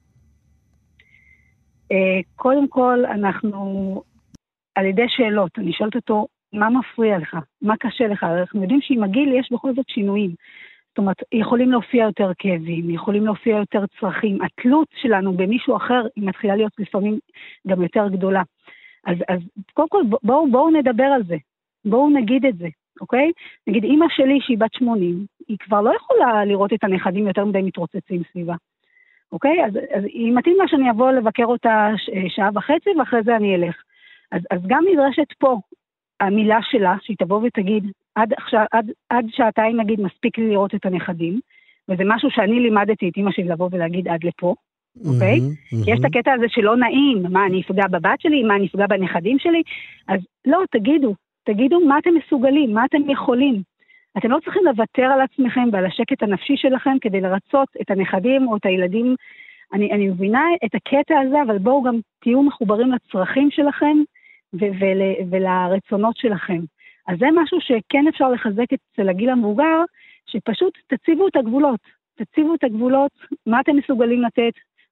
קודם כל אנחנו, על ידי שאלות, אני שואלת אותו, מה מפריע לך? מה קשה לך? אנחנו יודעים שעם הגיל יש בכל זאת שינויים. זאת אומרת, יכולים להופיע יותר כאבים, יכולים להופיע יותר צרכים. התלות שלנו במישהו אחר היא מתחילה להיות לפעמים גם יותר גדולה. אז קודם כל בואו נדבר על זה. בואו נגיד את זה, אוקיי? נגיד, אמא שלי שהיא בת 80, היא כבר לא יכולה לראות את הנכדים יותר מדי מתרוצצים סביבה. אוקיי? אז היא מתאים לה שאני אבוא לבקר אותה שעה וחצי, ואחרי זה אני אלך. אז גם נדרשת פה המילה שלה, שהיא תבוא ותגיד, עד שעתיים נגיד מספיק לי לראות את הנכדים, וזה משהו שאני לימדתי את אמא שלי לבוא ולהגיד עד לפה, אוקיי? יש את הקטע הזה שלא נעים, מה אני אפגע בבת שלי, מה אני אפגע בנכדים שלי, אז לא, תגידו מה אתם מסוגלים, מה אתם יכולים. אתם לא צריכים לוותר על עצמכם ועל השקט הנפשי שלכם כדי לרצות את הנכדים או את הילדים. אני מבינה את הקטע הזה, אבל בואו גם תהיו מחוברים לצרכים שלכם ולרצונות שלכם. אז זה משהו שכן אפשר לחזק אצל הגיל המבוגר, שפשוט תציבו את הגבולות, מה אתם מסוגלים לתת,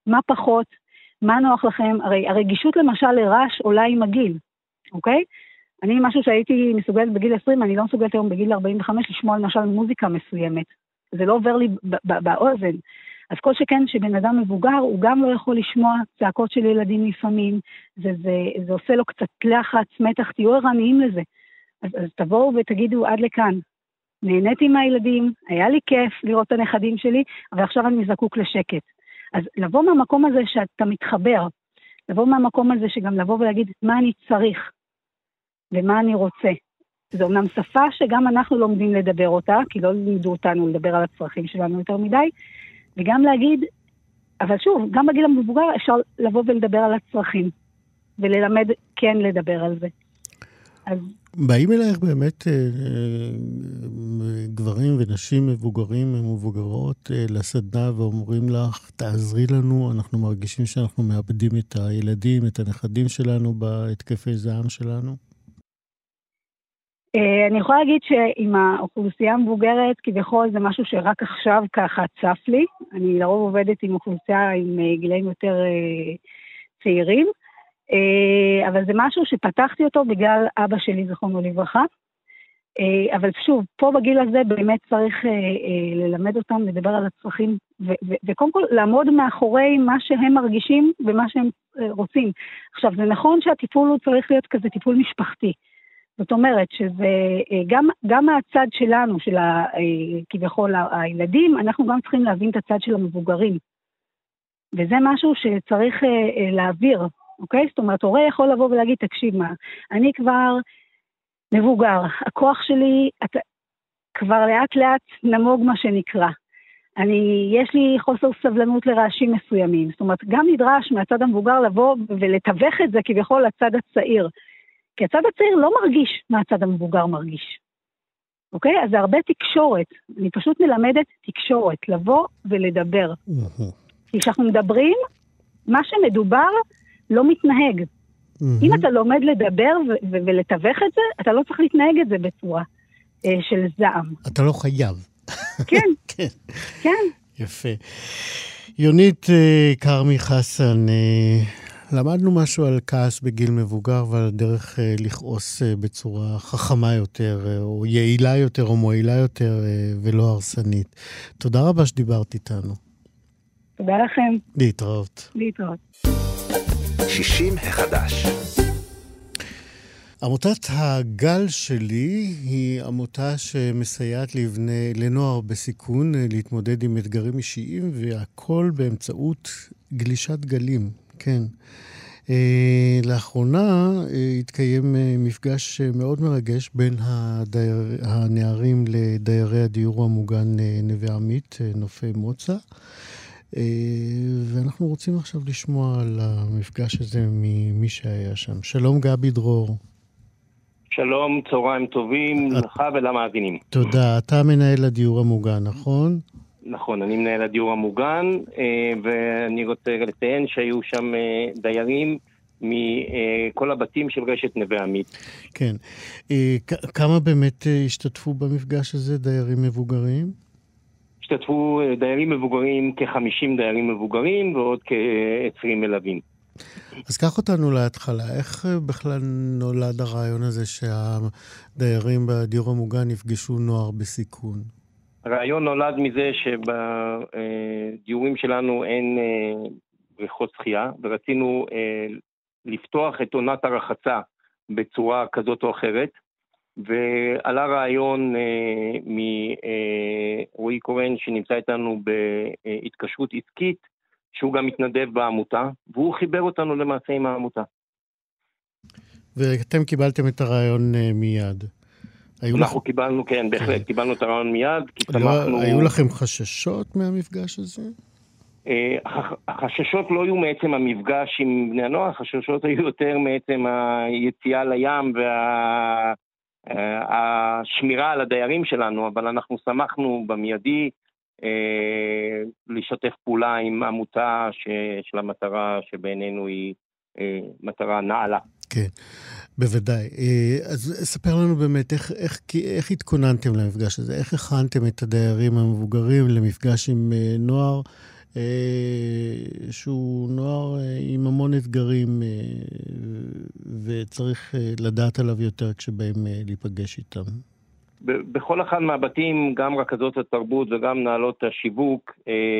מה פחות, מה נוח לכם, הרי הרגישות למשל לרעש עולה עם הגיל, אוקיי? אני משהו שהייתי מסוגלת בגיל 20, אני לא מסוגלת היום בגיל 45 לשמוע למשל מוזיקה מסוימת. זה לא עובר לי באוזן. אז כל שכן שבן אדם מבוגר, הוא גם לא יכול לשמוע צעקות של ילדים לפעמים, זה עושה לו קצת לחץ, מתח, תהיו ערניים לזה. אז תבואו ותגידו עד לכאן, נהניתי מהילדים, היה לי כיף לראות את הנכדים שלי, אבל עכשיו אני זקוק לשקט. אז לבוא מהמקום הזה שאתה מתחבר, לבוא מהמקום הזה שגם לבוא ולהגיד מה אני צריך, ומה אני רוצה. זו אומנם שפה שגם אנחנו לומדים לדבר אותה, כי לא לימדו אותנו לדבר על הצרכים שלנו יותר מדי, וגם להגיד, אבל שוב, גם בגיל המבוגר אפשר לבוא ולדבר על הצרכים, וללמד כן לדבר על זה. אז באים אלייך באמת גברים ונשים מבוגרים ומבוגרות לסדנה ואומרים לך, תעזרי לנו, אנחנו מרגישים שאנחנו מאבדים את הילדים, את הנכדים שלנו בהתקפי זעם שלנו? אני יכולה להגיד שעם האוכלוסייה המבוגרת, כביכול זה משהו שרק עכשיו ככה צף לי. אני לרוב עובדת עם אוכלוסייה עם גילאים יותר צעירים, אבל זה משהו שפתחתי אותו בגלל אבא שלי, זכרונו לברכה. אבל שוב, פה בגיל הזה באמת צריך ללמד אותם, לדבר על הצרכים, וקודם כל לעמוד מאחורי מה שהם מרגישים ומה שהם רוצים. עכשיו, זה נכון שהטיפול הוא צריך להיות כזה טיפול משפחתי. זאת אומרת שזה גם מהצד שלנו, של כביכול הילדים, אנחנו גם צריכים להבין את הצד של המבוגרים. וזה משהו שצריך להעביר, אוקיי? זאת אומרת, הורה יכול לבוא ולהגיד, תקשיב מה, אני כבר מבוגר, הכוח שלי כבר לאט לאט נמוג מה שנקרא. יש לי חוסר סבלנות לרעשים מסוימים. זאת אומרת, גם נדרש מהצד המבוגר לבוא ולתווך את זה כביכול לצד הצעיר. כי הצד הצעיר לא מרגיש מה הצד המבוגר מרגיש. אוקיי? אז זה הרבה תקשורת. אני פשוט מלמדת תקשורת, לבוא ולדבר. כי כשאנחנו מדברים, מה שמדובר לא מתנהג. אם אתה לומד לדבר ולתווך את זה, אתה לא צריך להתנהג את זה בצורה של זעם. אתה לא חייב. כן. כן. יפה. יונית כרמי חסן, למדנו משהו על כעס בגיל מבוגר ועל דרך לכעוס בצורה חכמה יותר, או יעילה יותר, או מועילה יותר, ולא הרסנית. תודה רבה שדיברת איתנו. תודה לכם. להתראות. להתראות. 60 החדש. עמותת הגל שלי היא עמותה שמסייעת לנוער בסיכון להתמודד עם אתגרים אישיים, והכל באמצעות גלישת גלים. כן. לאחרונה התקיים מפגש מאוד מרגש בין הנערים לדיירי הדיור המוגן נווה עמית, נופי מוצא. ואנחנו רוצים עכשיו לשמוע על המפגש הזה ממי שהיה שם. שלום גבי דרור. שלום, צהריים טובים לך ולמאזינים. תודה. אתה מנהל הדיור המוגן, נכון? נכון, אני מנהל הדיור המוגן, ואני רוצה לציין שהיו שם דיירים מכל הבתים של רשת נווה עמית. כן. כמה באמת השתתפו במפגש הזה, דיירים מבוגרים? השתתפו דיירים מבוגרים, כ-50 דיירים מבוגרים, ועוד כ-20 מלווים. אז קח אותנו להתחלה. איך בכלל נולד הרעיון הזה שהדיירים בדיור המוגן יפגשו נוער בסיכון? הרעיון נולד מזה שבדיורים שלנו אין בריכות שחייה, ורצינו לפתוח את עונת הרחצה בצורה כזאת או אחרת, ועלה רעיון מרועי קורן שנמצא איתנו בהתקשרות עסקית, שהוא גם מתנדב בעמותה, והוא חיבר אותנו למעשה עם העמותה. ואתם קיבלתם את הרעיון מיד? אנחנו קיבלנו, כן, בהחלט, קיבלנו את הרעיון מיד, כי שמחנו... היו לכם חששות מהמפגש הזה? החששות לא היו מעצם המפגש עם בני הנוער, החששות היו יותר מעצם היציאה לים והשמירה על הדיירים שלנו, אבל אנחנו שמחנו במיידי לשתף פעולה עם עמותה של המטרה שבעינינו היא מטרה נעלה. כן, בוודאי. אז ספר לנו באמת איך התכוננתם למפגש הזה, איך הכנתם את הדיירים המבוגרים למפגש עם נוער שהוא נוער עם המון אתגרים, וצריך לדעת עליו יותר כשבאים להיפגש איתם. בכל אחד מהבתים, גם רכזות התרבות וגם מנהלות השיווק,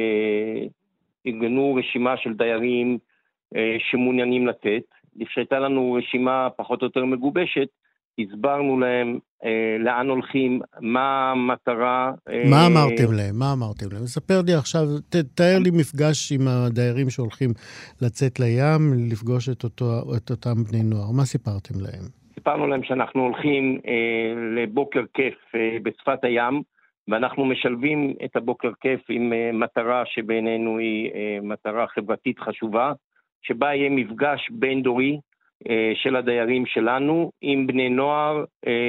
ארגנו רשימה של דיירים שמעוניינים לתת. כשהייתה לנו רשימה פחות או יותר מגובשת, הסברנו להם לאן הולכים, מה המטרה. מה אמרתם להם? ספר לי עכשיו, תאר לי מפגש עם הדיירים שהולכים לצאת לים, לפגוש את אותם בני נוער. מה סיפרתם להם? סיפרנו להם שאנחנו הולכים לבוקר כיף בשפת הים, ואנחנו משלבים את הבוקר כיף עם מטרה שבינינו היא מטרה חברתית חשובה, שבה יהיה מפגש בין דורי של הדיירים שלנו עם בני נוער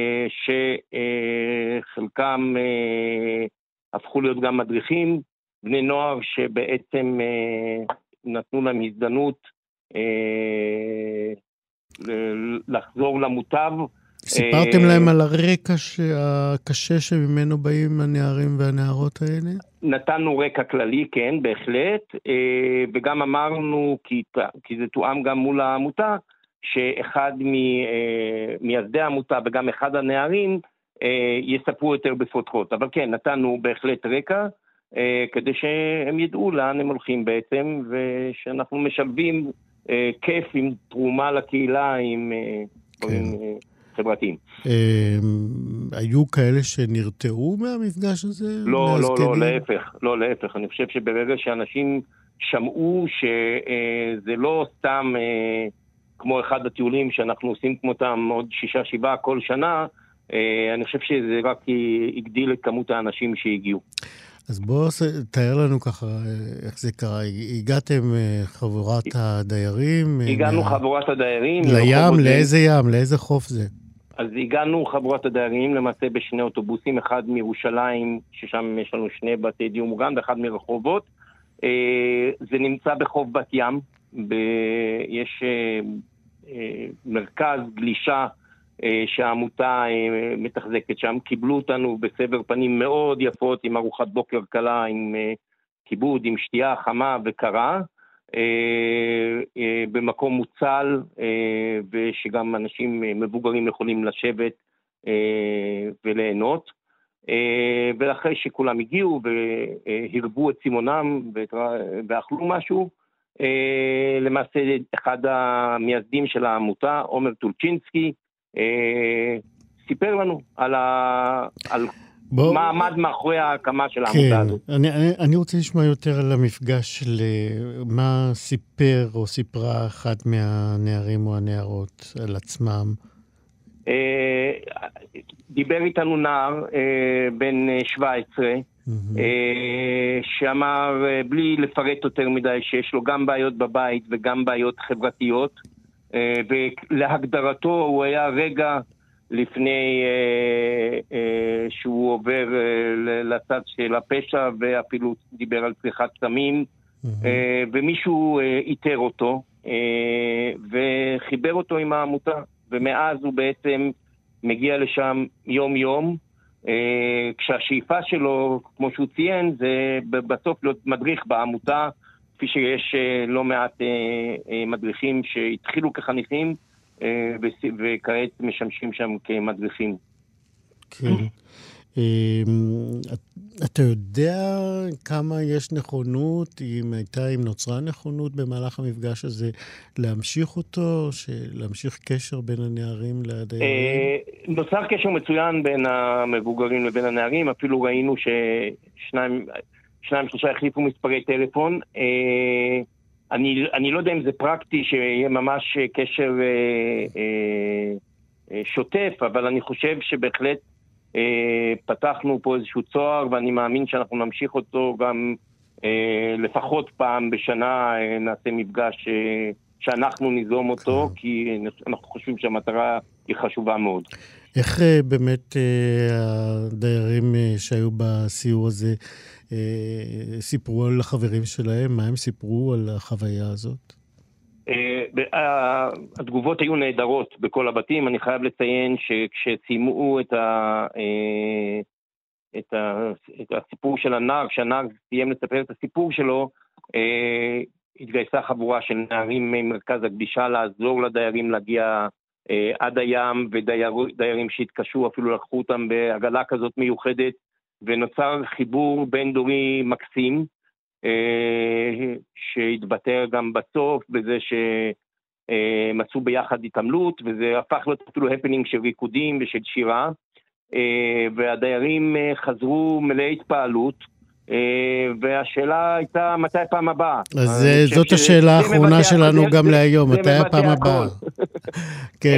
שחלקם הפכו להיות גם מדריכים, בני נוער שבעצם נתנו להם הזדמנות לחזור למוטב. סיפרתם להם על הרקע הקשה שממנו באים הנערים והנערות האלה? נתנו רקע כללי, כן, בהחלט, וגם אמרנו, כי זה תואם גם מול העמותה, שאחד מייסדי העמותה וגם אחד הנערים יספרו יותר בפותחות. אבל כן, נתנו בהחלט רקע, כדי שהם ידעו לאן הם הולכים בעצם, ושאנחנו משלבים כיף עם תרומה לקהילה, עם חברתיים. היו כאלה שנרתעו מהמפגש הזה? לא, להפך. אני חושב שברגע שאנשים שמעו שזה לא סתם כמו אחד הטיולים שאנחנו עושים כמותם עוד 6-7 כל שנה, אני חושב שזה רק הגדיל את כמות האנשים שהגיעו. אז בואו תאר לנו ככה איך זה קרה. הגעתם חבורת הדיירים? הגענו חבורת הדיירים. לים? לאיזה ים? לאיזה חוף זה? אז הגענו חבורת הדיירים למעשה בשני אוטובוסים, אחד מירושלים, ששם יש לנו 2 בתי דיור מוגן, ואחד מרחובות. זה נמצא בחוף בת ים, יש מרכז גלישה שהעמותה מתחזקת שם. קיבלו אותנו בסבר פנים מאוד יפות, עם ארוחת בוקר קלה, עם כיבוד, עם שתייה חמה וקרה, במקום מוצל, ושגם אנשים מבוגרים יכולים לשבת וליהנות. ואחרי שכולם הגיעו והרבו את צימונם ואכלו משהו, למעשה אחד המייסדים של העמותה, עומר טולצ'ינסקי, סיפר לנו על מה עמד מאחורי ההקמה של העמותה הזאת. אני רוצה לשמוע יותר על המפגש של מה סיפר או סיפרה אחת מהנערים או הנערות על עצמם. דיבר איתנו נער בן 17, שאמר בלי לפרט יותר מדי שיש לו גם בעיות בבית וגם בעיות חברתיות, ולהגדרתו הוא היה רגע לפני שהוא עובר לצד של הפשע, ואפילו דיבר על צריכת סמים, ומישהו איתר אותו וחיבר אותו עם העמותה, ומאז הוא בעצם מגיע לשם יום יום, כשהשאיפה שלו, כמו שהוא ציין, זה בסוף להיות מדריך בעמותה, כפי שיש לא מעט מדריכים שהתחילו כחניכים וכעת משמשים שם כמדריכים. כן. אתה יודע כמה יש נכונות, אם נוצרה נכונות במהלך המפגש הזה, להמשיך אותו, להמשיך קשר בין הנערים לדיירים? נוצר קשר מצוין בין המבוגרים לבין הנערים, אפילו ראינו ש2-3 החליפו מספרי טלפון. אני לא יודע אם זה פרקטי שיהיה ממש קשר שוטף, אבל אני חושב שבהחלט פתחנו פה איזשהו צוהר, ואני מאמין שאנחנו נמשיך אותו גם לפחות פעם בשנה, נעשה מפגש שאנחנו ניזום אותו, כי אנחנו חושבים שהמטרה היא חשובה מאוד. איך באמת הדיירים שהיו בסיור הזה סיפרו על החברים שלהם? מה הם סיפרו על החוויה הזאת? התגובות היו נהדרות בכל הבתים. אני חייב לציין שכשסיימו את הסיפור של הנער, כשהנער סיים לספר את הסיפור שלו, התגייסה חבורה של נערים ממרכז הקדישה לעזור לדיירים להגיע עד הים, ודיירים שהתקשו אפילו לקחו אותם בעגלה כזאת מיוחדת, ונוצר חיבור בין דורי מקסים, שהתבטא גם בסוף בזה שמצאו ביחד התעמלות, וזה הפך להיות אפילו הפנינג של ריקודים ושל שירה, והדיירים חזרו מלא התפעלות, והשאלה הייתה מתי הפעם הבאה. אז זאת השאלה האחרונה שלנו גם להיום, מתי הפעם הבאה? כן.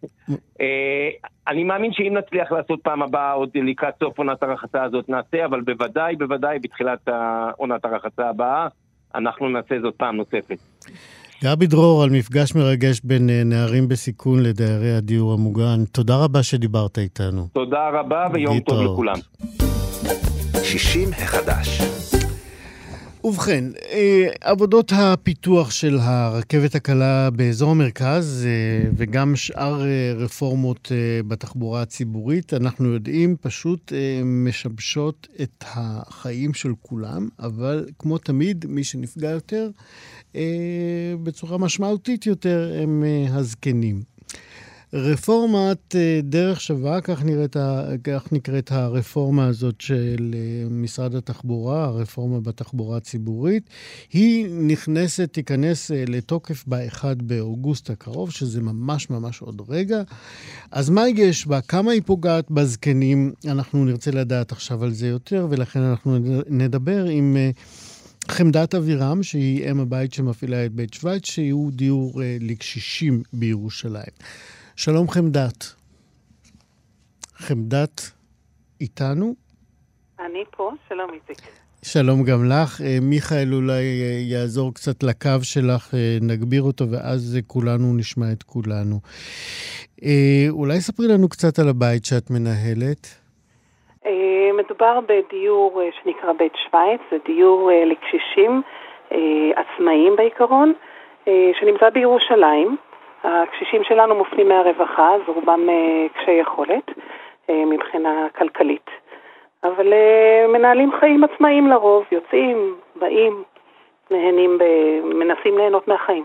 אני מאמין שאם נצליח לעשות פעם הבאה, עוד לקראת סוף עונת הרחצה הזאת נעשה, אבל בוודאי בתחילת עונת הרחצה הבאה, אנחנו נעשה זאת פעם נוספת. גבי דרור, על מפגש מרגש בין נערים בסיכון לדיירי הדיור המוגן. תודה רבה שדיברת איתנו. תודה רבה ויום טוב לכולם. 60 החדש. ובכן, עבודות הפיתוח של הרכבת הקלה באזור המרכז וגם שאר רפורמות בתחבורה הציבורית, אנחנו יודעים, פשוט משבשות את החיים של כולם, אבל כמו תמיד, מי שנפגע יותר, בצורה משמעותית יותר, הם הזקנים. רפורמת דרך שווה, כך נקראת הרפורמה הזאת של משרד התחבורה, הרפורמה בתחבורה הציבורית, היא תיכנס לתוקף ב-1 באוגוסט הקרוב, שזה ממש עוד רגע. אז מה יש בה? כמה היא פוגעת בזקנים? אנחנו נרצה לדעת עכשיו על זה יותר, ולכן אנחנו נדבר עם חמדת אבירם, שהיא אם הבית שמפעילה את בית שוויץ, שהוא דיור לקשישים בירושלים. שלום חמדת. חמדת איתנו? אני פה, שלום איציק. שלום גם לך. מיכאל אולי יעזור קצת לקו שלך, נגביר אותו ואז כולנו נשמע את כולנו. אולי ספרי לנו קצת על הבית שאת מנהלת. מדובר בדיור שנקרא בית שוויץ, זה דיור לקשישים עצמאיים בעיקרון, שנמצא בירושלים. הקשישים שלנו מופנים מהרווחה, אז רובם קשי יכולת מבחינה כלכלית. אבל מנהלים חיים עצמאיים לרוב, יוצאים, באים, מנסים ליהנות מהחיים.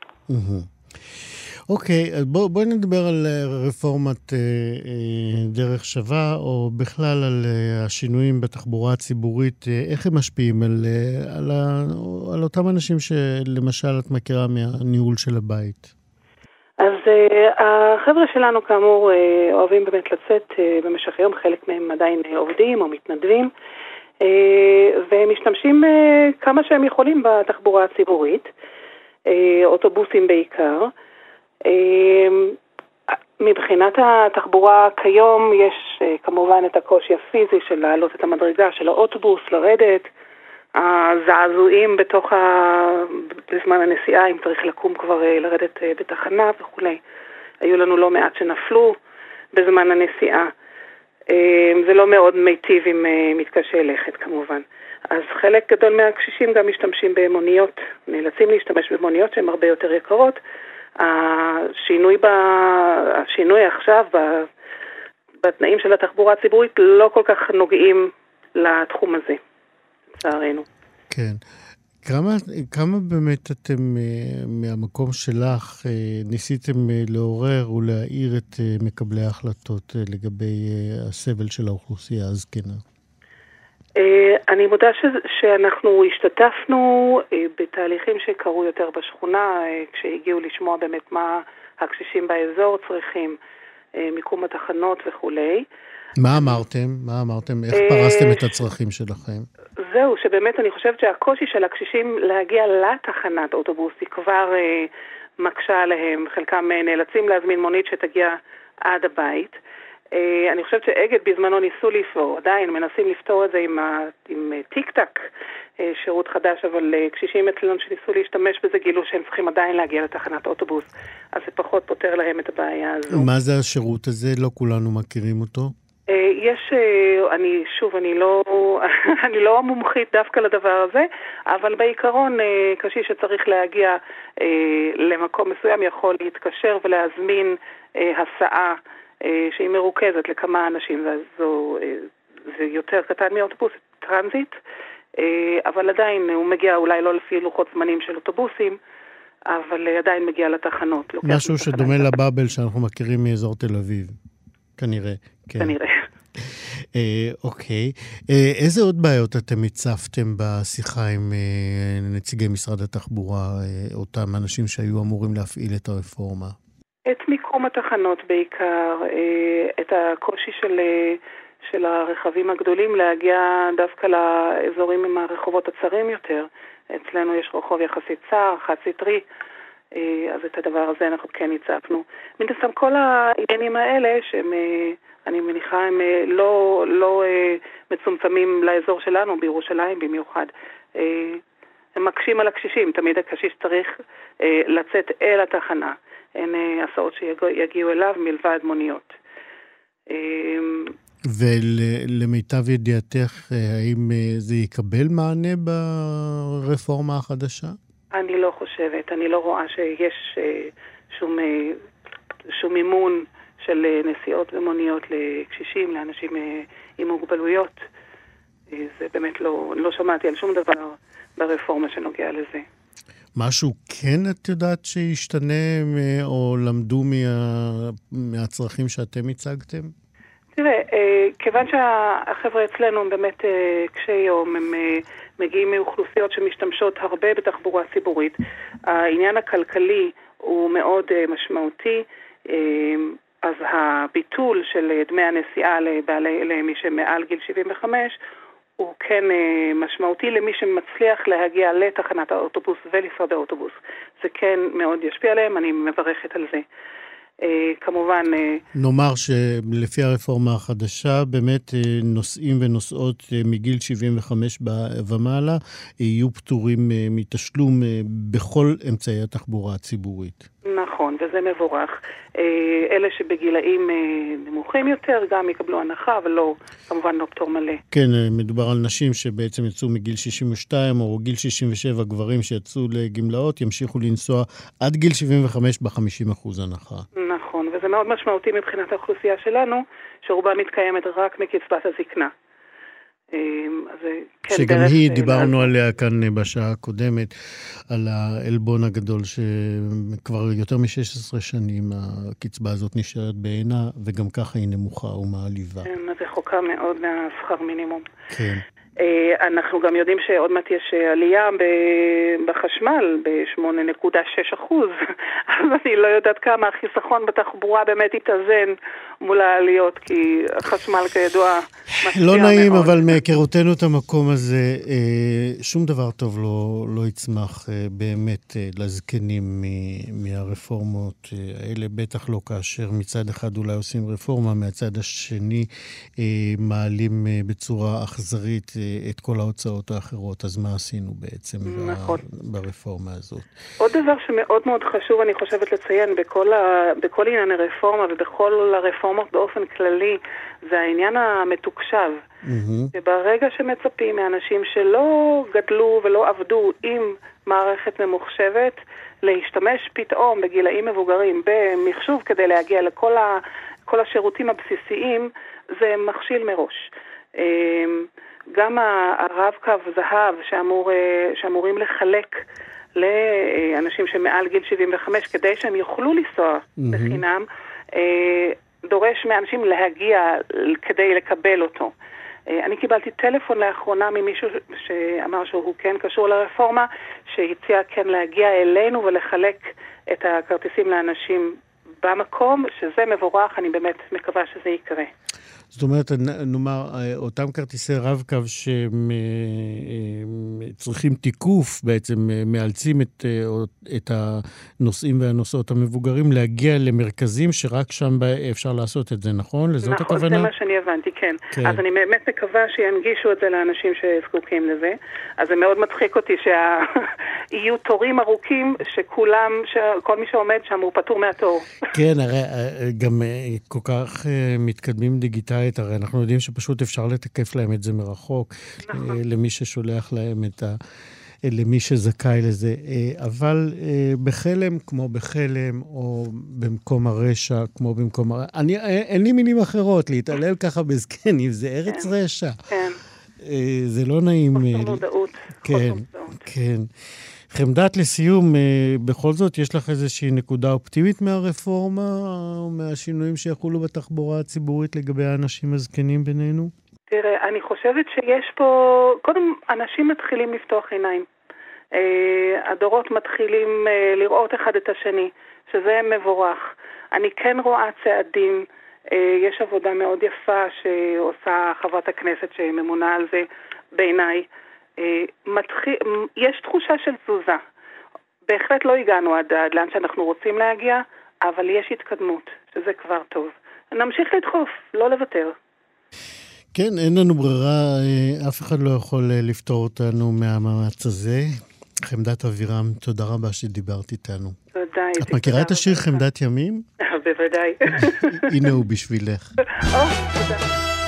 אוקיי, אז בואי נדבר על רפורמת דרך שווה, או בכלל על השינויים בתחבורה הציבורית, איך הם משפיעים על אותם אנשים שלמשל את מכירה מהניהול של הבית? אז החבר'ה שלנו כאמור אוהבים באמת לצאת במשך היום, חלק מהם עדיין עובדים או מתנדבים, והם משתמשים כמה שהם יכולים בתחבורה הציבורית, אוטובוסים בעיקר. מבחינת התחבורה כיום יש כמובן את הקושי הפיזי של לעלות את המדרגה של האוטובוס, לרדת, הזעזועים בזמן הנסיעה, אם צריך לקום כבר לרדת בתחנה וכו'. היו לנו לא מעט שנפלו בזמן הנסיעה. זה לא מאוד מיטיב אם מתקשה לכת כמובן. אז חלק גדול מהקשישים גם משתמשים במוניות, נאלצים להשתמש במוניות שהן הרבה יותר יקרות. השינוי עכשיו בתנאים של התחבורה הציבורית לא כל כך נוגעים לתחום הזה, לצערנו. כן. כמה באמת אתם מהמקום שלך ניסיתם לעורר ולהעיר את מקבלי ההחלטות לגבי הסבל של האוכלוסייה הזקנה? אני מודה שאנחנו השתתפנו בתהליכים שקרו יותר בשכונה, כשהגיעו לשמוע באמת מה הקשישים באזור צריכים, מיקום התחנות וכו'. מה אמרתם? איך פרסתם את הצרכים שלכם? זהו, שבאמת אני חושבת שהקושי של הקשישים להגיע לתחנת אוטובוס היא כבר מקשה עליהם. חלקם נאלצים להזמין מונית שתגיע עד הבית. אני חושבת שאגד בזמנו ניסו לפתור, עדיין מנסים לפתור את זה עם טיק-טק, שירות חדש, אבל קשישים אצלנו שניסו להשתמש בזה גילו שהם צריכים עדיין להגיע לתחנת אוטובוס, אז זה פחות פותר להם את הבעיה הזו. מה זה השירות הזה? לא כולנו מכירים אותו? אני לא מומחית דווקא לדבר הזה, אבל בעיקרון קשיש שצריך להגיע למקום מסוים יכול להתקשר ולהזמין הסעה שהיא מרוכזת לכמה אנשים, זה יותר קטן מאוטובוס טרנזיט, אבל עדיין הוא מגיע אולי לא לפי לוחות זמנים של אוטובוסים, אבל עדיין מגיע לתחנות. משהו שדומה לבאבל שאנחנו מכירים מאזור תל אביב, כנראה. כנראה. אוקיי. איזה עוד בעיות אתם הצפתם בשיחה עם נציגי משרד התחבורה, אותם אנשים שהיו אמורים להפעיל את הרפורמה? את מיקום התחנות בעיקר, את הקושי של הרכבים הגדולים להגיע דווקא לאזורים עם הרחובות הצרים יותר. אצלנו יש רחוב יחסית צר, חד סטרי, אז את הדבר הזה אנחנו כן הצפנו. מן הסתם כל העניינים האלה שהם, אני מניחה, הם לא מצומצמים לאזור שלנו, בירושלים במיוחד. הם מקשים על הקשישים, תמיד הקשיש צריך לצאת אל התחנה. אין הסעות שיגיעו אליו מלבד מוניות. ולמיטב ידיעתך, האם זה יקבל מענה ברפורמה החדשה? אני לא חושבת, אני לא רואה שיש שום מימון של נסיעות ומוניות לקשישים, לאנשים עם מוגבלויות. זה באמת לא שמעתי על שום דבר ברפורמה שנוגע לזה. משהו כן את יודעת שישתנה או למדו מהצרכים שאתם הצגתם? תראה, כיוון שהחבר'ה אצלנו הם באמת קשי יום, הם מגיעים מאוכלוסיות שמשתמשות הרבה בתחבורה ציבורית, העניין הכלכלי הוא מאוד משמעותי, אז הביטול של דמי הנסיעה למי שמעל גיל 75 הוא כן משמעותי למי שמצליח להגיע לתחנת האוטובוס ולנסוע באוטובוס. זה כן מאוד ישפיע עליהם, אני מברכת על זה. כמובן... נאמר שלפי הרפורמה החדשה, באמת נוסעים ונוסעות מגיל 75 ומעלה יהיו פטורים מתשלום בכל אמצעי התחבורה הציבורית. נכון, וזה מבורך. אלה שבגילאים נמוכים יותר גם יקבלו הנחה, אבל לא, כמובן לא פטור מלא. כן, מדובר על נשים שבעצם יצאו מגיל 62 או גיל 67, גברים שיצאו לגמלאות, ימשיכו לנסוע עד גיל 75 ב-50% הנחה. נכון, וזה מאוד משמעותי מבחינת האוכלוסייה שלנו, שרובה מתקיימת רק מקצבת הזקנה. שגם היא, דיברנו עליה כאן בשעה הקודמת, על האלבון הגדול שכבר יותר מ-16 שנים הקצבה הזאת נשארת בעינה, וגם ככה היא נמוכה ומעליבה. כן, אז זה חוקה מאוד מהשכר מינימום. כן. אנחנו גם יודעים שעוד מעט יש עלייה בחשמל ב-8.6%, אז אני לא יודעת כמה החיסכון בתחבורה באמת יתאזן מול העליות, כי החשמל כידוע משפיע מאוד. לא נעים, אבל מהיכרותנו את המקום הזה, שום דבר טוב לא יצמח באמת לזקנים מהרפורמות האלה, בטח לא כאשר מצד אחד אולי עושים רפורמה, מהצד השני מעלים בצורה אכזרית את כל ההוצאות האחרות. אז מה עשינו בעצם ברפורמה הזאת? עוד דבר שמאוד מאוד חשוב, אני חושבת לציין, בכל עניין הרפורמה ובכל הרפורמות באופן כללי, זה העניין המתוקשב. שברגע שמצפים מאנשים שלא גדלו ולא עבדו עם מערכת ממוחשבת, להשתמש פתאום בגילאים מבוגרים במחשוב כדי להגיע לכל השירותים הבסיסיים, זה מכשיל מראש. גם הרב-קו זהב שאמורים לחלק לאנשים שמעל גיל 75 כדי שהם יוכלו לנסוע בחינם, דורש מאנשים להגיע כדי לקבל אותו. אני קיבלתי טלפון לאחרונה ממישהו שאמר שהוא כן קשור לרפורמה, שהציע כן להגיע אלינו ולחלק את הכרטיסים לאנשים במקום, שזה מבורך, אני באמת מקווה שזה יקרה. זאת אומרת, נאמר, אותם כרטיסי רב-קו שצריכים תיקוף, בעצם מאלצים את הנוסעים והנוסעות המבוגרים להגיע למרכזים שרק שם אפשר לעשות את זה, נכון? לזאת הכוונה? נכון, זה מה שאני הבנתי, כן. אז אני באמת מקווה שינגישו את זה לאנשים שזקוקים לזה. אז זה מאוד מצחיק אותי שיהיו תורים ארוכים שכל מי שעומד שם הוא פטור מהתור. כן, הרי גם כל כך מתקדמים דיגיטלית, הרי אנחנו יודעים שפשוט אפשר לתקף להם את זה מרחוק, למי ששולח להם למי שזכאי לזה. אבל בחלם כמו בחלם, או במקום הרשע כמו במקום אין לי מילים אחרות, להתעלל ככה בזקנים, זה ארץ רשע. כן. זה לא נעים. חוסר מודעות. כן, כן. חמדת, לסיום, בכל זאת, יש לך איזושהי נקודה אופטימית מהרפורמה, או מהשינויים שיחולו בתחבורה הציבורית לגבי האנשים הזקנים בינינו? תראה, אני חושבת שיש פה, קודם אנשים מתחילים לפתוח עיניים. הדורות מתחילים לראות אחד את השני, שזה מבורך. אני כן רואה צעדים, יש עבודה מאוד יפה שעושה חברת הכנסת שממונה על זה בעיניי. יש תחושה של תזוזה. בהחלט לא הגענו עד לאן שאנחנו רוצים להגיע, אבל יש התקדמות, שזה כבר טוב. נמשיך לדחוף, לא לוותר. כן, אין לנו ברירה, אף אחד לא יכול לפתור אותנו מהמאמץ הזה. חמדת אבירם, תודה רבה שדיברת איתנו. תודה. את מכירה את השיר חמדת ימים? בוודאי. הנה הוא בשבילך. תודה.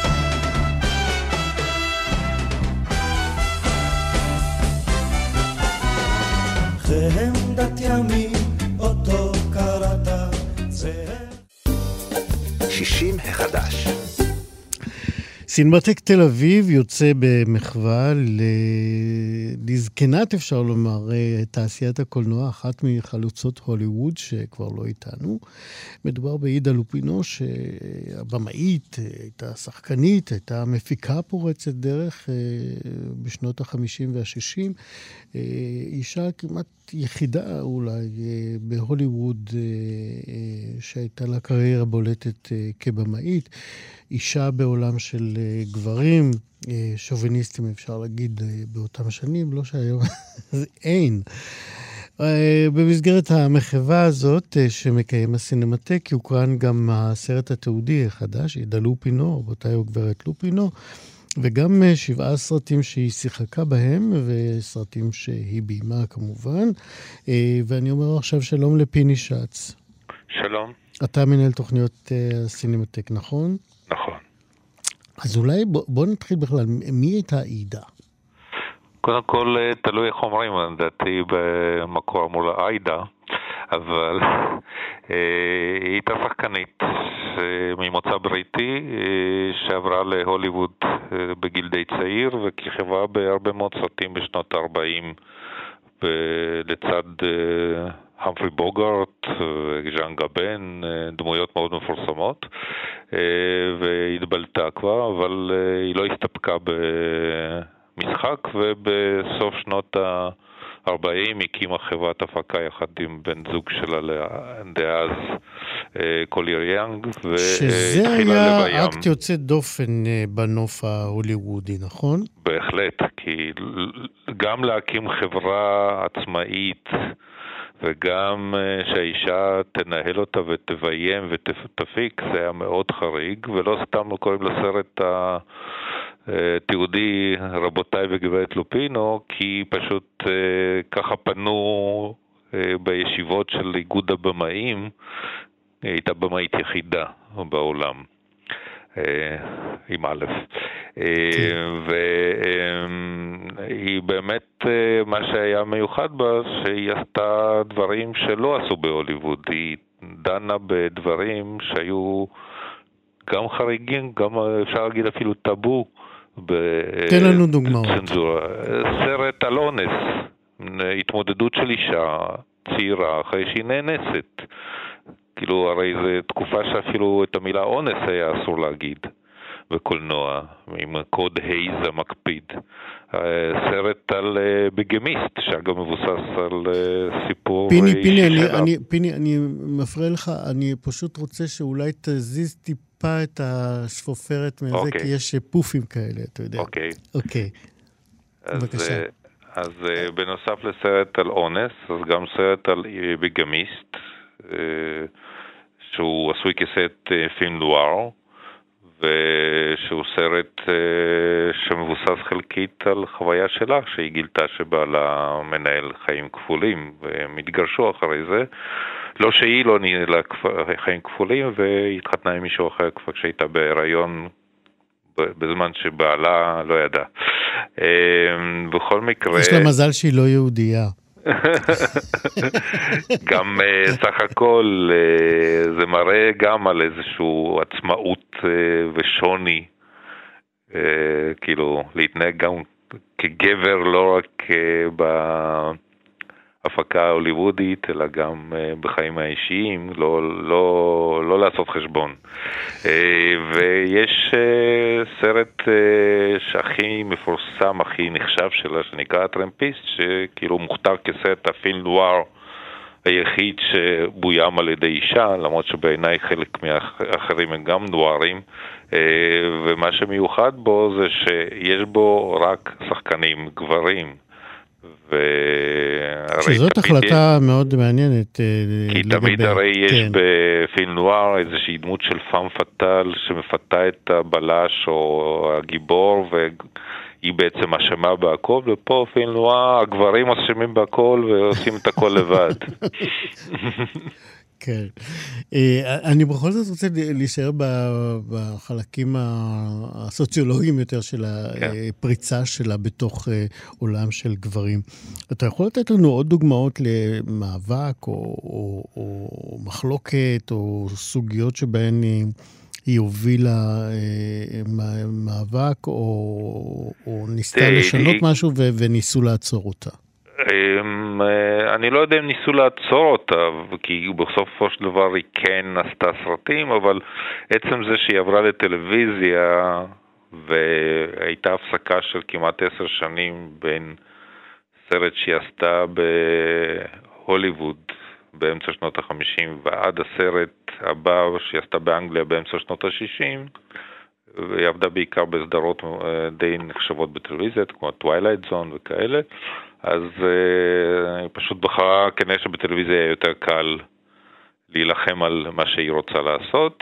חמדת ימים, אותו קראת זה 60 החדש. סינמטק תל אביב יוצא במחווה לזקנת, אפשר לומר, תעשיית הקולנוע, אחת מחלוצות הוליווד שכבר לא איתנו. מדובר בעידה לופינו, שהבמאית, הייתה שחקנית, הייתה מפיקה פורצת דרך בשנות ה-50 וה-60. אישה כמעט יחידה אולי בהוליווד שהייתה לה קריירה בולטת כבמאית. אישה בעולם של גברים, שוביניסטים אפשר להגיד באותם שנים, לא שהיום, זה אין. במסגרת המחווה הזאת שמקיים הסינמטק, יוקרן גם הסרט התיעודי החדש, עידה לופינו, רבותיי וגברת לופינו, וגם 7 סרטים שהיא שיחקה בהם, וסרטים שהיא ביימה כמובן. ואני אומר עכשיו שלום לפיני שץ. שלום. אתה מנהל תוכניות הסינמטק, נכון? נכון. אז אולי בוא נתחיל בכלל, מי הייתה עידה? קודם כל, תלוי איך אומרים, לדעתי במקור מול עידה, אבל היא הייתה שחקנית ממוצא בריטי שעברה להוליווד בגיל די צעיר וכיכבה בהרבה מאוד סרטים בשנות ה-40 לצד המפרי בוגארט, ז'אן גבן, דמויות מאוד מפורסמות, והתבלטה כבר, אבל היא לא הסתפקה במשחק, ובסוף שנות ה-40 הקימה חברת הפקה יחד עם בן זוג שלה דאז קוליר יאנג, שזה היה אקט יוצא דופן בנוף ההוליוודי, נכון? בהחלט, כי גם להקים חברה עצמאית וגם שהאישה תנהל אותה ותביים ותפיק, זה היה מאוד חריג, ולא סתם לא קוראים לסרט התיעודי רבותיי וגברת לופינו, כי פשוט ככה פנו בישיבות של איגוד הבמאים, הייתה במאית יחידה בעולם. עם א', והיא באמת, מה שהיה מיוחד בה, שהיא עשתה דברים שלא עשו בהוליווד. היא דנה בדברים שהיו גם חריגים, גם אפשר להגיד אפילו טאבו. תן לנו דוגמאות. סרט על אונס, התמודדות של אישה צעירה אחרי שהיא נאנסת. כאילו, הרי זו תקופה שאפילו את המילה אונס היה אסור להגיד בקולנוע, עם קוד הייז המקפיד. סרט על ביגמיסט, שאגב מבוסס על סיפור אישי שלה. פיני, אני מפריע לך, אני פשוט רוצה שאולי תזיז טיפה את השפופרת מזה, כי יש פופים כאלה, אתה יודע. אוקיי. בבקשה. אז בנוסף לסרט על אונס, אז גם סרט על ביגמיסט, שהוא עשוי כסרט פילם נואר, ושהוא סרט שמבוסס חלקית על חוויה שלה, שהיא גילתה שבעלה מנהל חיים כפולים, והם התגרשו אחרי זה. לא שהיא לא ניהלה חיים כפולים, והתחתנה עם מישהו אחר כבר כשהייתה בהיריון, בזמן שבעלה לא ידע. בכל מקרה... יש לה מזל שהיא לא יהודייה. גם סך הכל זה מראה גם על איזושהי עצמאות ושוני כאילו להתנהג גם כגבר, לא רק בהפקה ההוליוודית, אלא גם בחיים האישיים, לא לעשות חשבון. ויש סרט שהכי מפורסם, הכי נחשב שלה, שנקרא הטרמפיסט, שכאילו מוכתר כסרט הפילם נואר היחיד שבוים על ידי אישה, למרות שבעיניי חלק מהאחרים הם גם נוארים, ומה שמיוחד בו זה שיש בו רק שחקנים גברים. שזאת החלטה מאוד מעניינת. כי תמיד הרי יש בפילם נואר איזושהי דמות של פאם פטל שמפתה את הבלש או הגיבור, והיא בעצם אשמה בהכל, ופה פילם נואר הגברים אשמים בהכל ועושים את הכל לבד. כן. אני בכל זאת רוצה להישאר בחלקים הסוציולוגיים יותר של הפריצה שלה בתוך עולם של גברים. אתה יכול לתת לנו עוד דוגמאות למאבק או מחלוקת או סוגיות שבהן היא הובילה מאבק או ניסתה לשנות משהו וניסו לעצור אותה? אני לא יודע אם ניסו לעצור אותה, כי בסופו של דבר היא כן עשתה סרטים, אבל עצם זה שהיא עברה לטלוויזיה והייתה הפסקה של כמעט 10 שנים בין סרט שהיא עשתה בהוליווד באמצע שנות ה-50 ועד הסרט הבא שהיא עשתה באנגליה באמצע שנות ה-60, והיא עבדה בעיקר בסדרות די נחשבות בטלוויזיה, כמו טווילייט זון וכאלה, אז היא פשוט בחרה כנראה שבטלוויזיה יהיה יותר קל להילחם על מה שהיא רוצה לעשות,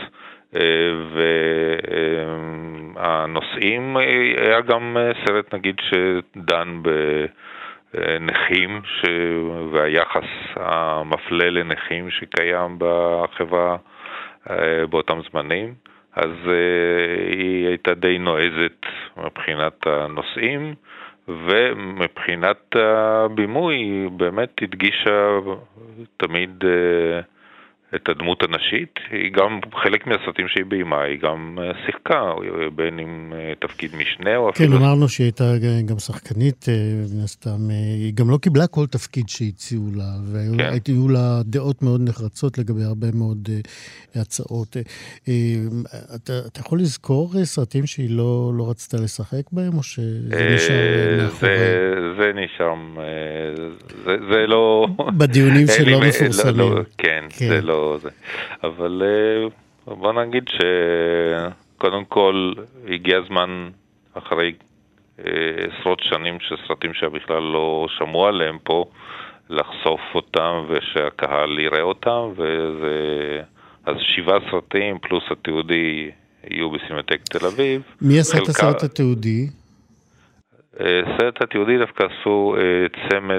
והנושאים היה גם סרט נגיד שדן בנכים והיחס המפלה לנכים שקיים בחברה באותם זמנים, אז היא הייתה די נועזת מבחינת הנושאים, ומבחינת הבימוי היא באמת הדגישה תמיד את הדמות הנשית. היא גם, חלק מהסרטים שהיא ביימה, היא גם שיחקה, בין עם תפקיד משנה או אפילו... כן, אמרנו שהיא הייתה גם שחקנית, היא גם לא קיבלה כל תפקיד שהציעו לה, והיו לה דעות מאוד נחרצות לגבי הרבה מאוד הצעות. אתה יכול לזכור סרטים שהיא לא רצתה לשחק בהם, או שזה נשאר מאחורי? זה נשאר, זה לא... בדיונים שלא מפורסמים. כן, זה לא... אבל בוא נגיד שקודם כל הגיע הזמן אחרי עשרות שנים שסרטים שבכלל לא שמעו עליהם פה לחשוף אותם ושהקהל יראה אותם, אז 7 סרטים פלוס התיעודי יהיו בסינמטק תל אביב. מי עשה את הסרט התיעודי? סרט התיעודי דווקא עשו צמד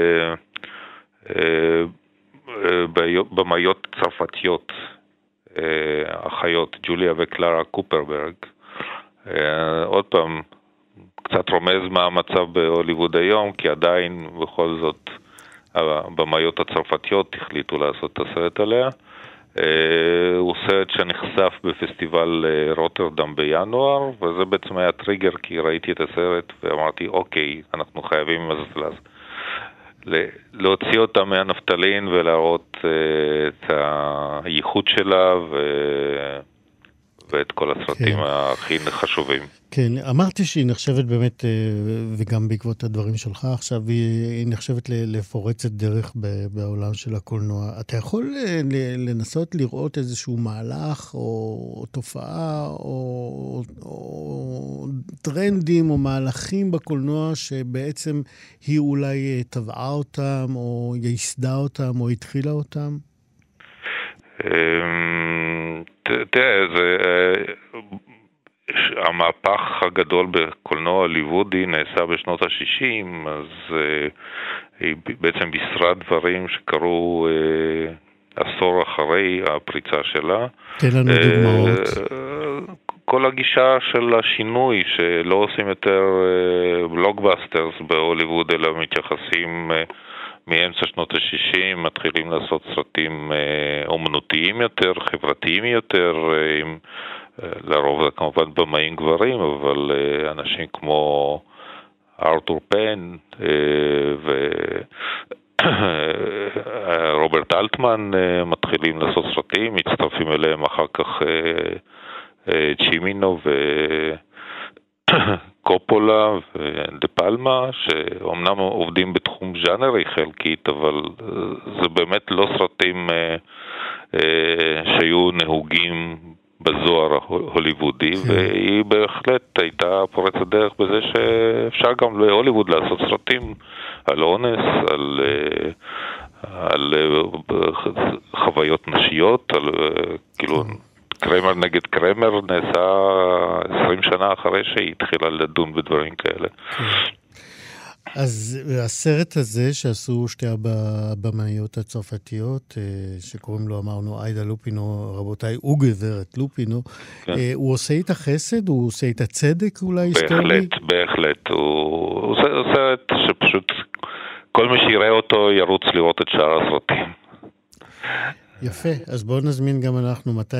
במאיות צרפתיות, אחיות, ג'וליה וקלרה קופרברג. עוד פעם, קצת רומז מה המצב בהוליווד היום, כי עדיין בכל זאת במאיות הצרפתיות החליטו לעשות את הסרט עליה. הוא סרט שנחשף בפסטיבל רוטרדם בינואר, וזה בעצם היה טריגר, כי ראיתי את הסרט ואמרתי, אוקיי, אנחנו חייבים להוציא אותה מהנפטלין ולהראות את הייחוד שלה ואת כל הסרטים הכי חשובים. כן, אמרתי שהיא נחשבת באמת, וגם בעקבות הדברים שלך עכשיו, היא נחשבת לפורצת דרך בעולם של הקולנוע. אתה יכול לנסות לראות איזשהו מהלך או תופעה או טרנדים או מהלכים בקולנוע שבעצם היא אולי טבעה אותם או ייסדה אותם או התחילה אותם? תראה, המהפך הגדול בקולנוע הוליוודי נעשה בשנות ה-60, אז היא בעצם בישרה דברים שקרו עשור אחרי הפריצה שלה. תן לנו דוגמאות. כל הגישה של השינוי, שלא עושים יותר בלוקבאסטרס בהוליווד, אלא מתייחסים מאמצע שנות ה-60, מתחילים לעשות סרטים אומנותיים יותר, חברתיים יותר, עם לרוב זה כמובן במאים גברים, אבל אנשים כמו ארתור פן ורוברט אלטמן מתחילים לעשות סרטים, מצטרפים אליהם אחר כך צ'ימינו וקופולה ודה פלמה, שאומנם עובדים בתחום ז'אנרי חלקית, אבל זה באמת לא סרטים שהיו נהוגים בזוהר ההוליוודי, והיא בהחלט הייתה פורצת דרך בזה שאפשר גם להוליווד לעשות סרטים על אונס, על חוויות נשיות, על כאילו קרמר נגד קרמר נעשה 20 שנה אחרי שהיא התחילה לדון בדברים כאלה. אז הסרט הזה שעשו שתי הבמאיות הצרפתיות, שקוראים לו, אמרנו, עאידה לופינו, רבותיי, וגברת לופינו, הוא עושה איתה חסד? הוא עושה איתה צדק אולי היסטורי? בהחלט. הוא סרט שפשוט כל מי שיראה אותו ירוץ לראות את שאר הסרטים. יפה, אז בואו נזמין גם אנחנו, מתי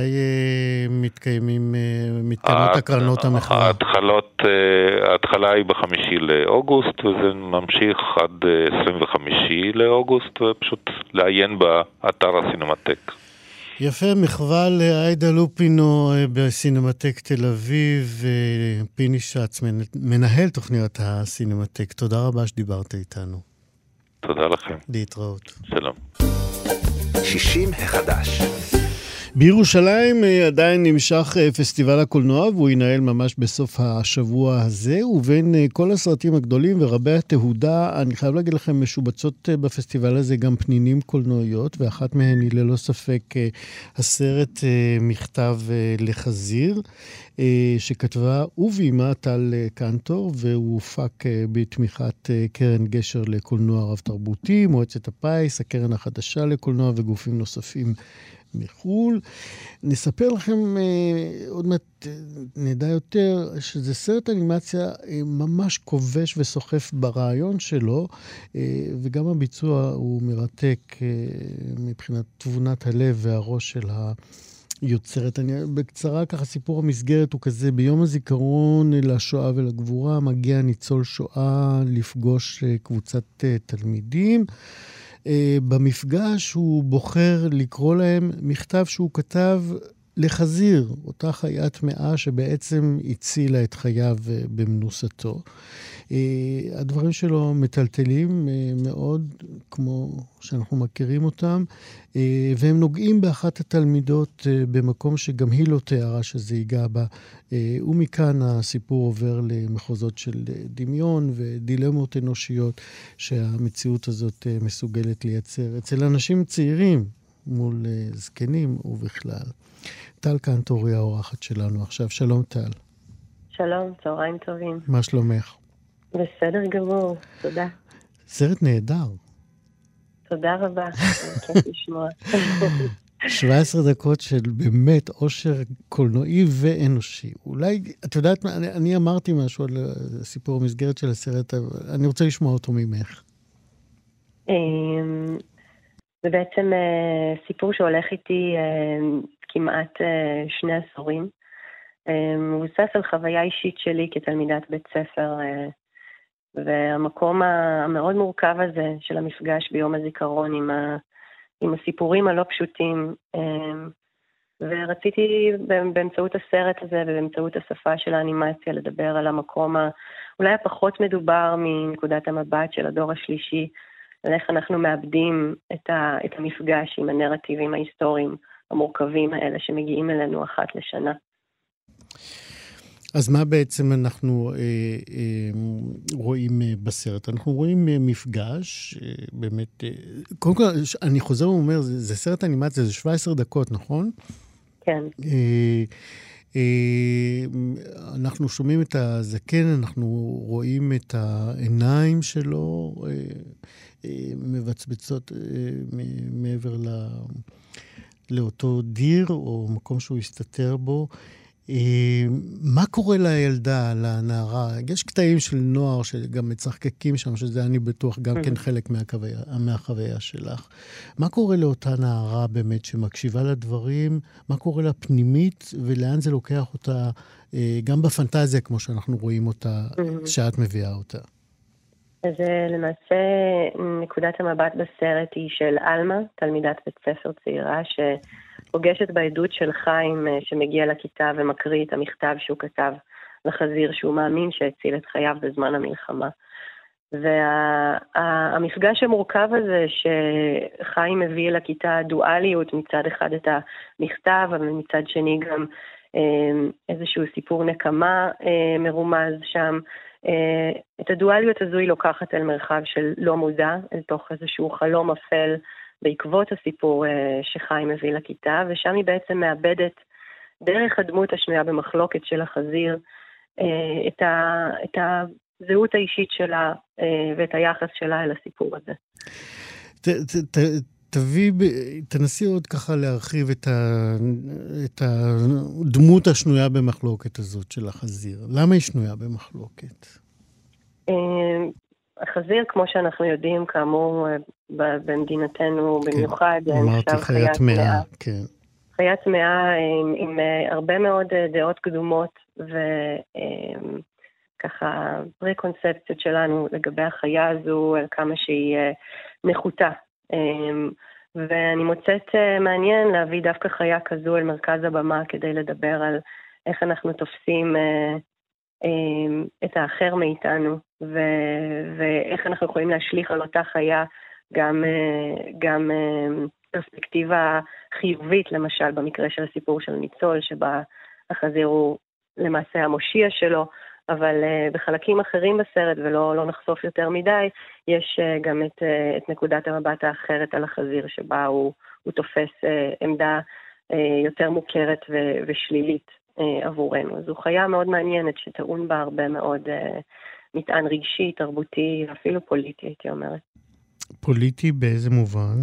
מתקיימות הקרנות המחווה? ההתחלה היא ב5 לאוגוסט, וזה ממשיך עד 25 לאוגוסט, ופשוט לעיין באתר הסינמטק. יפה, מחווה לעאידה לופינו בסינמטק תל אביב, פיני שץ, מנהל תוכניות הסינמטק. תודה רבה שדיברת איתנו. תודה לכם. להתראות. שלום. 60 החדש. בירושלים עדיין נמשך פסטיבל הקולנוע, והוא ינהל ממש בסוף השבוע הזה, ובין כל הסרטים הגדולים ורבי התהודה, אני חייב להגיד לכם, משובצות בפסטיבל הזה גם פנינים קולנועיות, ואחת מהן היא ללא ספק הסרט מכתב לחזיר, שכתבה וביימה טל קנטור, והוא הופק בתמיכת קרן גשר לקולנוע רב תרבותי, מועצת הפיס, הקרן החדשה לקולנוע וגופים נוספים מחול. נספר לכם עוד מעט נדע יותר שזה סרט אנימציה ממש כובש וסוחף ברעיון שלו, וגם הביצוע הוא מרתק מבחינת תבונת הלב והראש של היוצרת. בקצרה ככה, סיפור המסגרת הוא כזה: ביום הזיכרון לשואה ולגבורה מגיע ניצול שואה לפגוש קבוצת תלמידים. במפגש הוא בוחר לקרוא להם מכתב שהוא כתב לחזיר, אותה חיית טמאה שבעצם הצילה את חייו במנוסתו. הדברים שלו מטלטלים מאוד, כמו שאנחנו מכירים אותם, והם נוגעים באחת התלמידות במקום שגם היא לא תיארה שזה ייגע בה, ומכאן הסיפור עובר למחוזות של דמיון ודילמות אנושיות שהמציאות הזאת מסוגלת לייצר אצל אנשים צעירים מול זקנים ובכלל. טל קנטור היא האורחת שלנו עכשיו. שלום טל. שלום, צהריים טובים. מה שלומך? בסדר גמור, תודה. סרט נהדר. תודה רבה, כיף לשמוע. 17 דקות של באמת עושר קולנועי ואנושי. אולי, את יודעת, אני אמרתי משהו על סיפור המסגרת של הסרט, אבל אני רוצה לשמוע אותו ממך. זה בעצם סיפור שהולך איתי כמעט 2 עשורים. מבוסס על חוויה אישית שלי כתלמידת בית ספר, והמקום המאוד מורכב הזה של המפגש ביום הזיכרון עם הסיפורים הלא פשוטים, ורציתי באמצעות הסרט הזה ובאמצעות השפה של האנימציה לדבר על המקום אולי הפחות מדובר מנקודת המבט של הדור השלישי, על איך אנחנו מאבדים את המפגש עם הנרטיבים ההיסטוריים המורכבים האלה שמגיעים אלינו אחת לשנה. אז מה בעצם אנחנו רואים בסרט? אנחנו רואים מפגש, באמת, קודם כל, אני חוזר ואומר, זה סרט אנימציה, זה 17 דקות, נכון? כן. אנחנו שומעים את הזקן, אנחנו רואים את העיניים שלו, מבצבצות מעבר לאותו דיר, או מקום שהוא הסתתר בו. מה קורה לילדה, לנערה? יש קטעים של נוער שגם מצחקקים שם, שזה אני בטוח גם כן חלק מהחוויה שלך. מה קורה לאותה נערה באמת שמקשיבה לדברים? מה קורה לה פנימית, ולאן זה לוקח אותה, גם בפנטזיה, כמו שאנחנו רואים אותה, שאת מביאה אותה? אז למעשה נקודת המבט בסרט היא של אלמה, תלמידת בית ספר צעירה, שפוגשת בעדות של חיים שמגיע לכיתה ומקריא את המכתב שהוא כתב לחזיר, שהוא מאמין שהציל את חייו בזמן המלחמה. והמפגש המורכב הזה שחיים מביא לכיתה דואליות, מצד אחד את המכתב, אבל מצד שני גם איזשהו סיפור נקמה מרומז שם, את הדואליות הזו היא לוקחת אל מרחב של לא מודע, אל תוך איזשהו חלום אפל בעקבות הסיפור שחיים מביא לכיתה, ושם היא בעצם מאבדת דרך הדמות השנויה במחלוקת של החזיר את הזהות האישית שלה ואת היחס שלה אל הסיפור הזה. תנסי עוד ככה להרחיב את הדמות השנויה במחלוקת הזאת של החזיר. למה היא שנויה במחלוקת? החזיר, כמו שאנחנו יודעים, כאמור, במדינתנו במיוחד, אמרתי חיית מאה, כן. חיית מאה עם הרבה מאוד דעות קדומות וככה פרקונספציות שלנו לגבי החיה הזו, על כמה שהיא נחותה. ואני מוצאת מעניין להביא דווקא חיה כזו אל מרכז הבמה כדי לדבר על איך אנחנו תופסים את האחר מאיתנו ואיך אנחנו יכולים להשליך על אותה חיה גם פרספקטיבה חיובית, למשל במקרה של הסיפור של ניצול, שבה החזיר הוא למעשה המושיע שלו, אבל בחלקים אחרים בסרט, ולא נחשוף יותר מדי, יש גם את נקודת המבט האחרת על החזיר, שבה הוא תופס עמדה יותר מוכרת ושלילית עבורנו. זו חיה מאוד מעניינת שטעון בה הרבה מאוד מטען רגשי, תרבותי, אפילו פוליטי, הייתי אומרת. פוליטי באיזה מובן?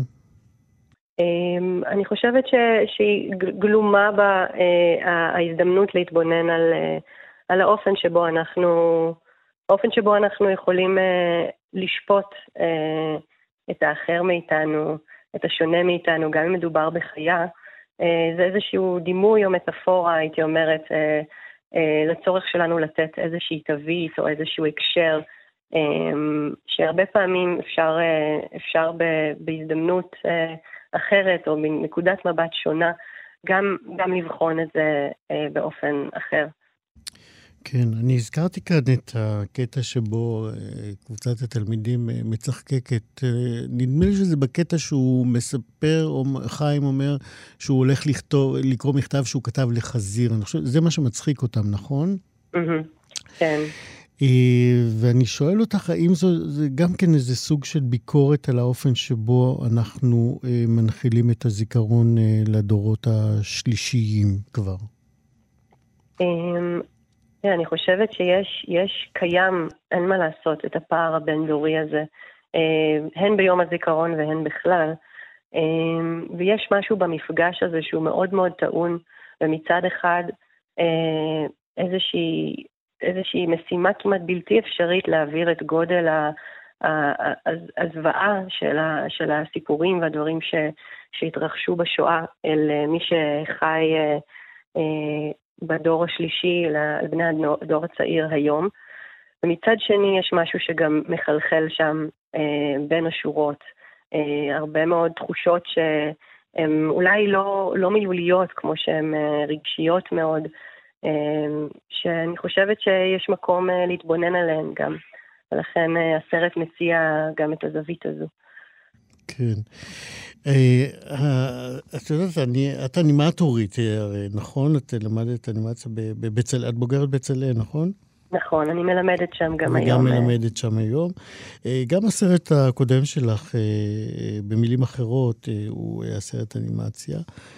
אני חושבת שהיא גלומה בה ההזדמנות להתבונן על האופן שבו אנחנו יכולים לשפוט את האחר מאיתנו, את השונה מאיתנו, גם אם מדובר בחיה. זה איזשהו דימוי או מטאפורה, הייתי אומרת, לצורך שלנו לתת איזושהי תווית או איזשהו הקשר, שהרבה פעמים אפשר בהזדמנות אחרת או מנקודת מבט שונה, גם לבחון את זה באופן אחר. כן, אני הזכרתי כאן את הקטע שבו קבוצת התלמידים מצחקקת. נדמה לי שזה בקטע שהוא מספר, או חיים אומר, שהוא הולך לקרוא מכתב שהוא כתב לחזיר. אני חושב, זה מה שמצחיק אותם, נכון? כן. ואני שואל אותך, האם זה גם כן איזה סוג של ביקורת על האופן שבו אנחנו מנחילים את הזיכרון לדורות השלישיים כבר? אני חושבת שיש קיים, אין מה לעשות, את הפער הבין-דורי הזה, הן ביום הזיכרון והן בכלל, ויש משהו במפגש הזה שהוא מאוד מאוד טעון, ומצד אחד איזושהי משימה כמעט בלתי אפשרית להעביר את גודל הזוועה של הסיפורים והדברים שהתרחשו בשואה אל מי שחי בדור השלישי, לבני הדור הצעיר היום. ומצד שני יש משהו שגם מחלחל שם בין השורות. הרבה מאוד תחושות שהן אולי לא מילוליות, כמו שהן רגשיות מאוד, שאני חושבת שיש מקום להתבונן עליהן גם. ולכן הסרט מציע גם את הזווית הזו. כן. את יודעת, את אנימטורית, נכון? את למדת אנימציה בבצלאל, את בוגרת בצלאל, נכון? נכון, אני מלמדת שם גם היום. וגם מלמדת שם היום. גם הסרט הקודם שלך, במילים אחרות, הוא הסרט אנימציה.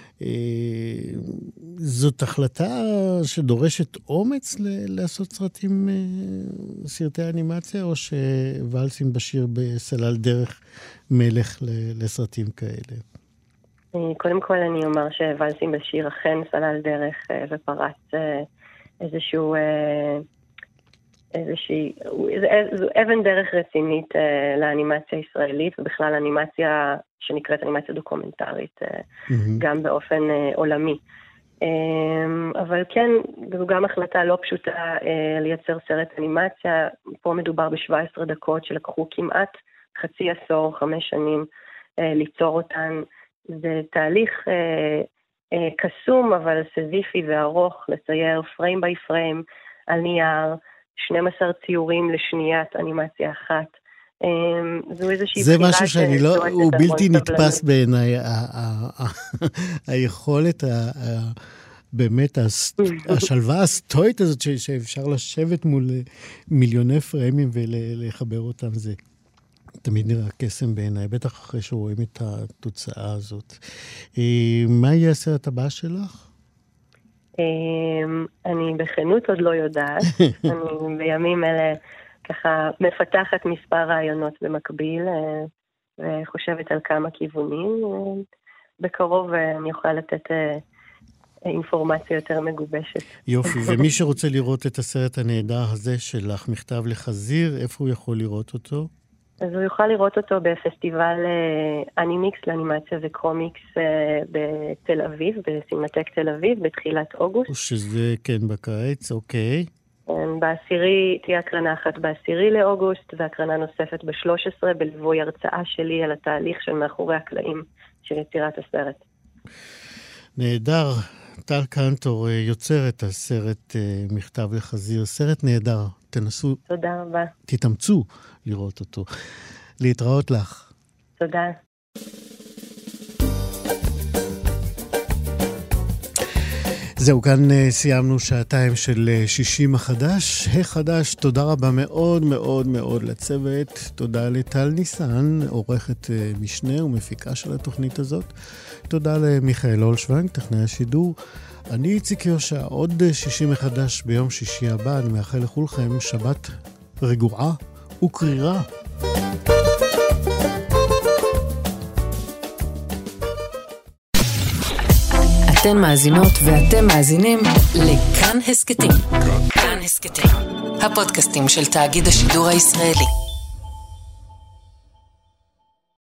זאת החלטה שדורשת אומץ לעשות סרטי אנימציה, או שוואלסים בשיר בסלל דרך מלך לסרטים כאלה? קודם כל אני אומר שוואלסים בשיר אכן סלל דרך ופרץ זו אבן דרך רצינית לאנימציה הישראלית, ובכלל אנימציה שנקראת אנימציה דוקומנטרית, גם באופן עולמי. אבל כן, זו גם החלטה לא פשוטה לייצר סרט אנימציה. פה מדובר ב-17 דקות שלקחו כמעט חצי עשור, 5 שנים ליצור אותן. זה תהליך קסום אבל סזיפי וארוך, לצייר פריים ביי פריים על נייר, 12 ציורים לשניית אנימציה אחת. זו איזושהי זה משהו שאני לא, הוא בלתי נתפס בעיניי, היכולת, באמת, השלווה הסטואית הזאת שאפשר לשבת מול מיליוני פריימים ולחבר אותם, זה תמיד נראה קסם בעיניי, בטח אחרי שרואים את התוצאה הזאת. מה יהיה הסרט הבא שלך? אני בכנות עוד לא יודעת. אני בימים אלה ככה מפתחת מספר רעיונות במקביל, וחושבת על כמה כיוונים. בקרוב אני יכולה לתת אינפורמציה יותר מגובשת. יופי, ומי שרוצה לראות את הסרט הנהדר הזה שלך, מכתב לחזיר, איפה הוא יכול לראות אותו? אז הוא יוכל לראות אותו בפסטיבל אנימיקס לאנימציה וקומיקס בתל אביב, בסינמטק תל אביב, בתחילת אוגוסט. שזה כן בקיץ, אוקיי. תהיה הקרנה אחת ב10 לאוגוסט, והקרנה נוספת ב13, בליווי הרצאה שלי על התהליך של מאחורי הקלעים של יצירת הסרט. נהדר. טל קנטור יוצר את הסרט מכתב לחזיר, סרט נהדר. תנסו. תודה רבה. תתאמצו לראות אותו. להתראות לך. תודה. זהו, כאן סיימנו שעתיים של 60 החדש. החדש, תודה רבה מאוד מאוד מאוד לצוות. תודה לטל ניסן, עורכת משנה ומפיקה של התוכנית הזאת. תודה למיכאל אולשוונג, טכנאי השידור. אני איציק יושע, עוד 60 מחדש ביום שישי הבא. אני מאחל לכולכם שבת רגועה וקרירה. אתן מאזינות ואתם מאזינים לכאן הסקטים. כאן הסקטים, הפודקאסטים של תאגיד השידור הישראלי.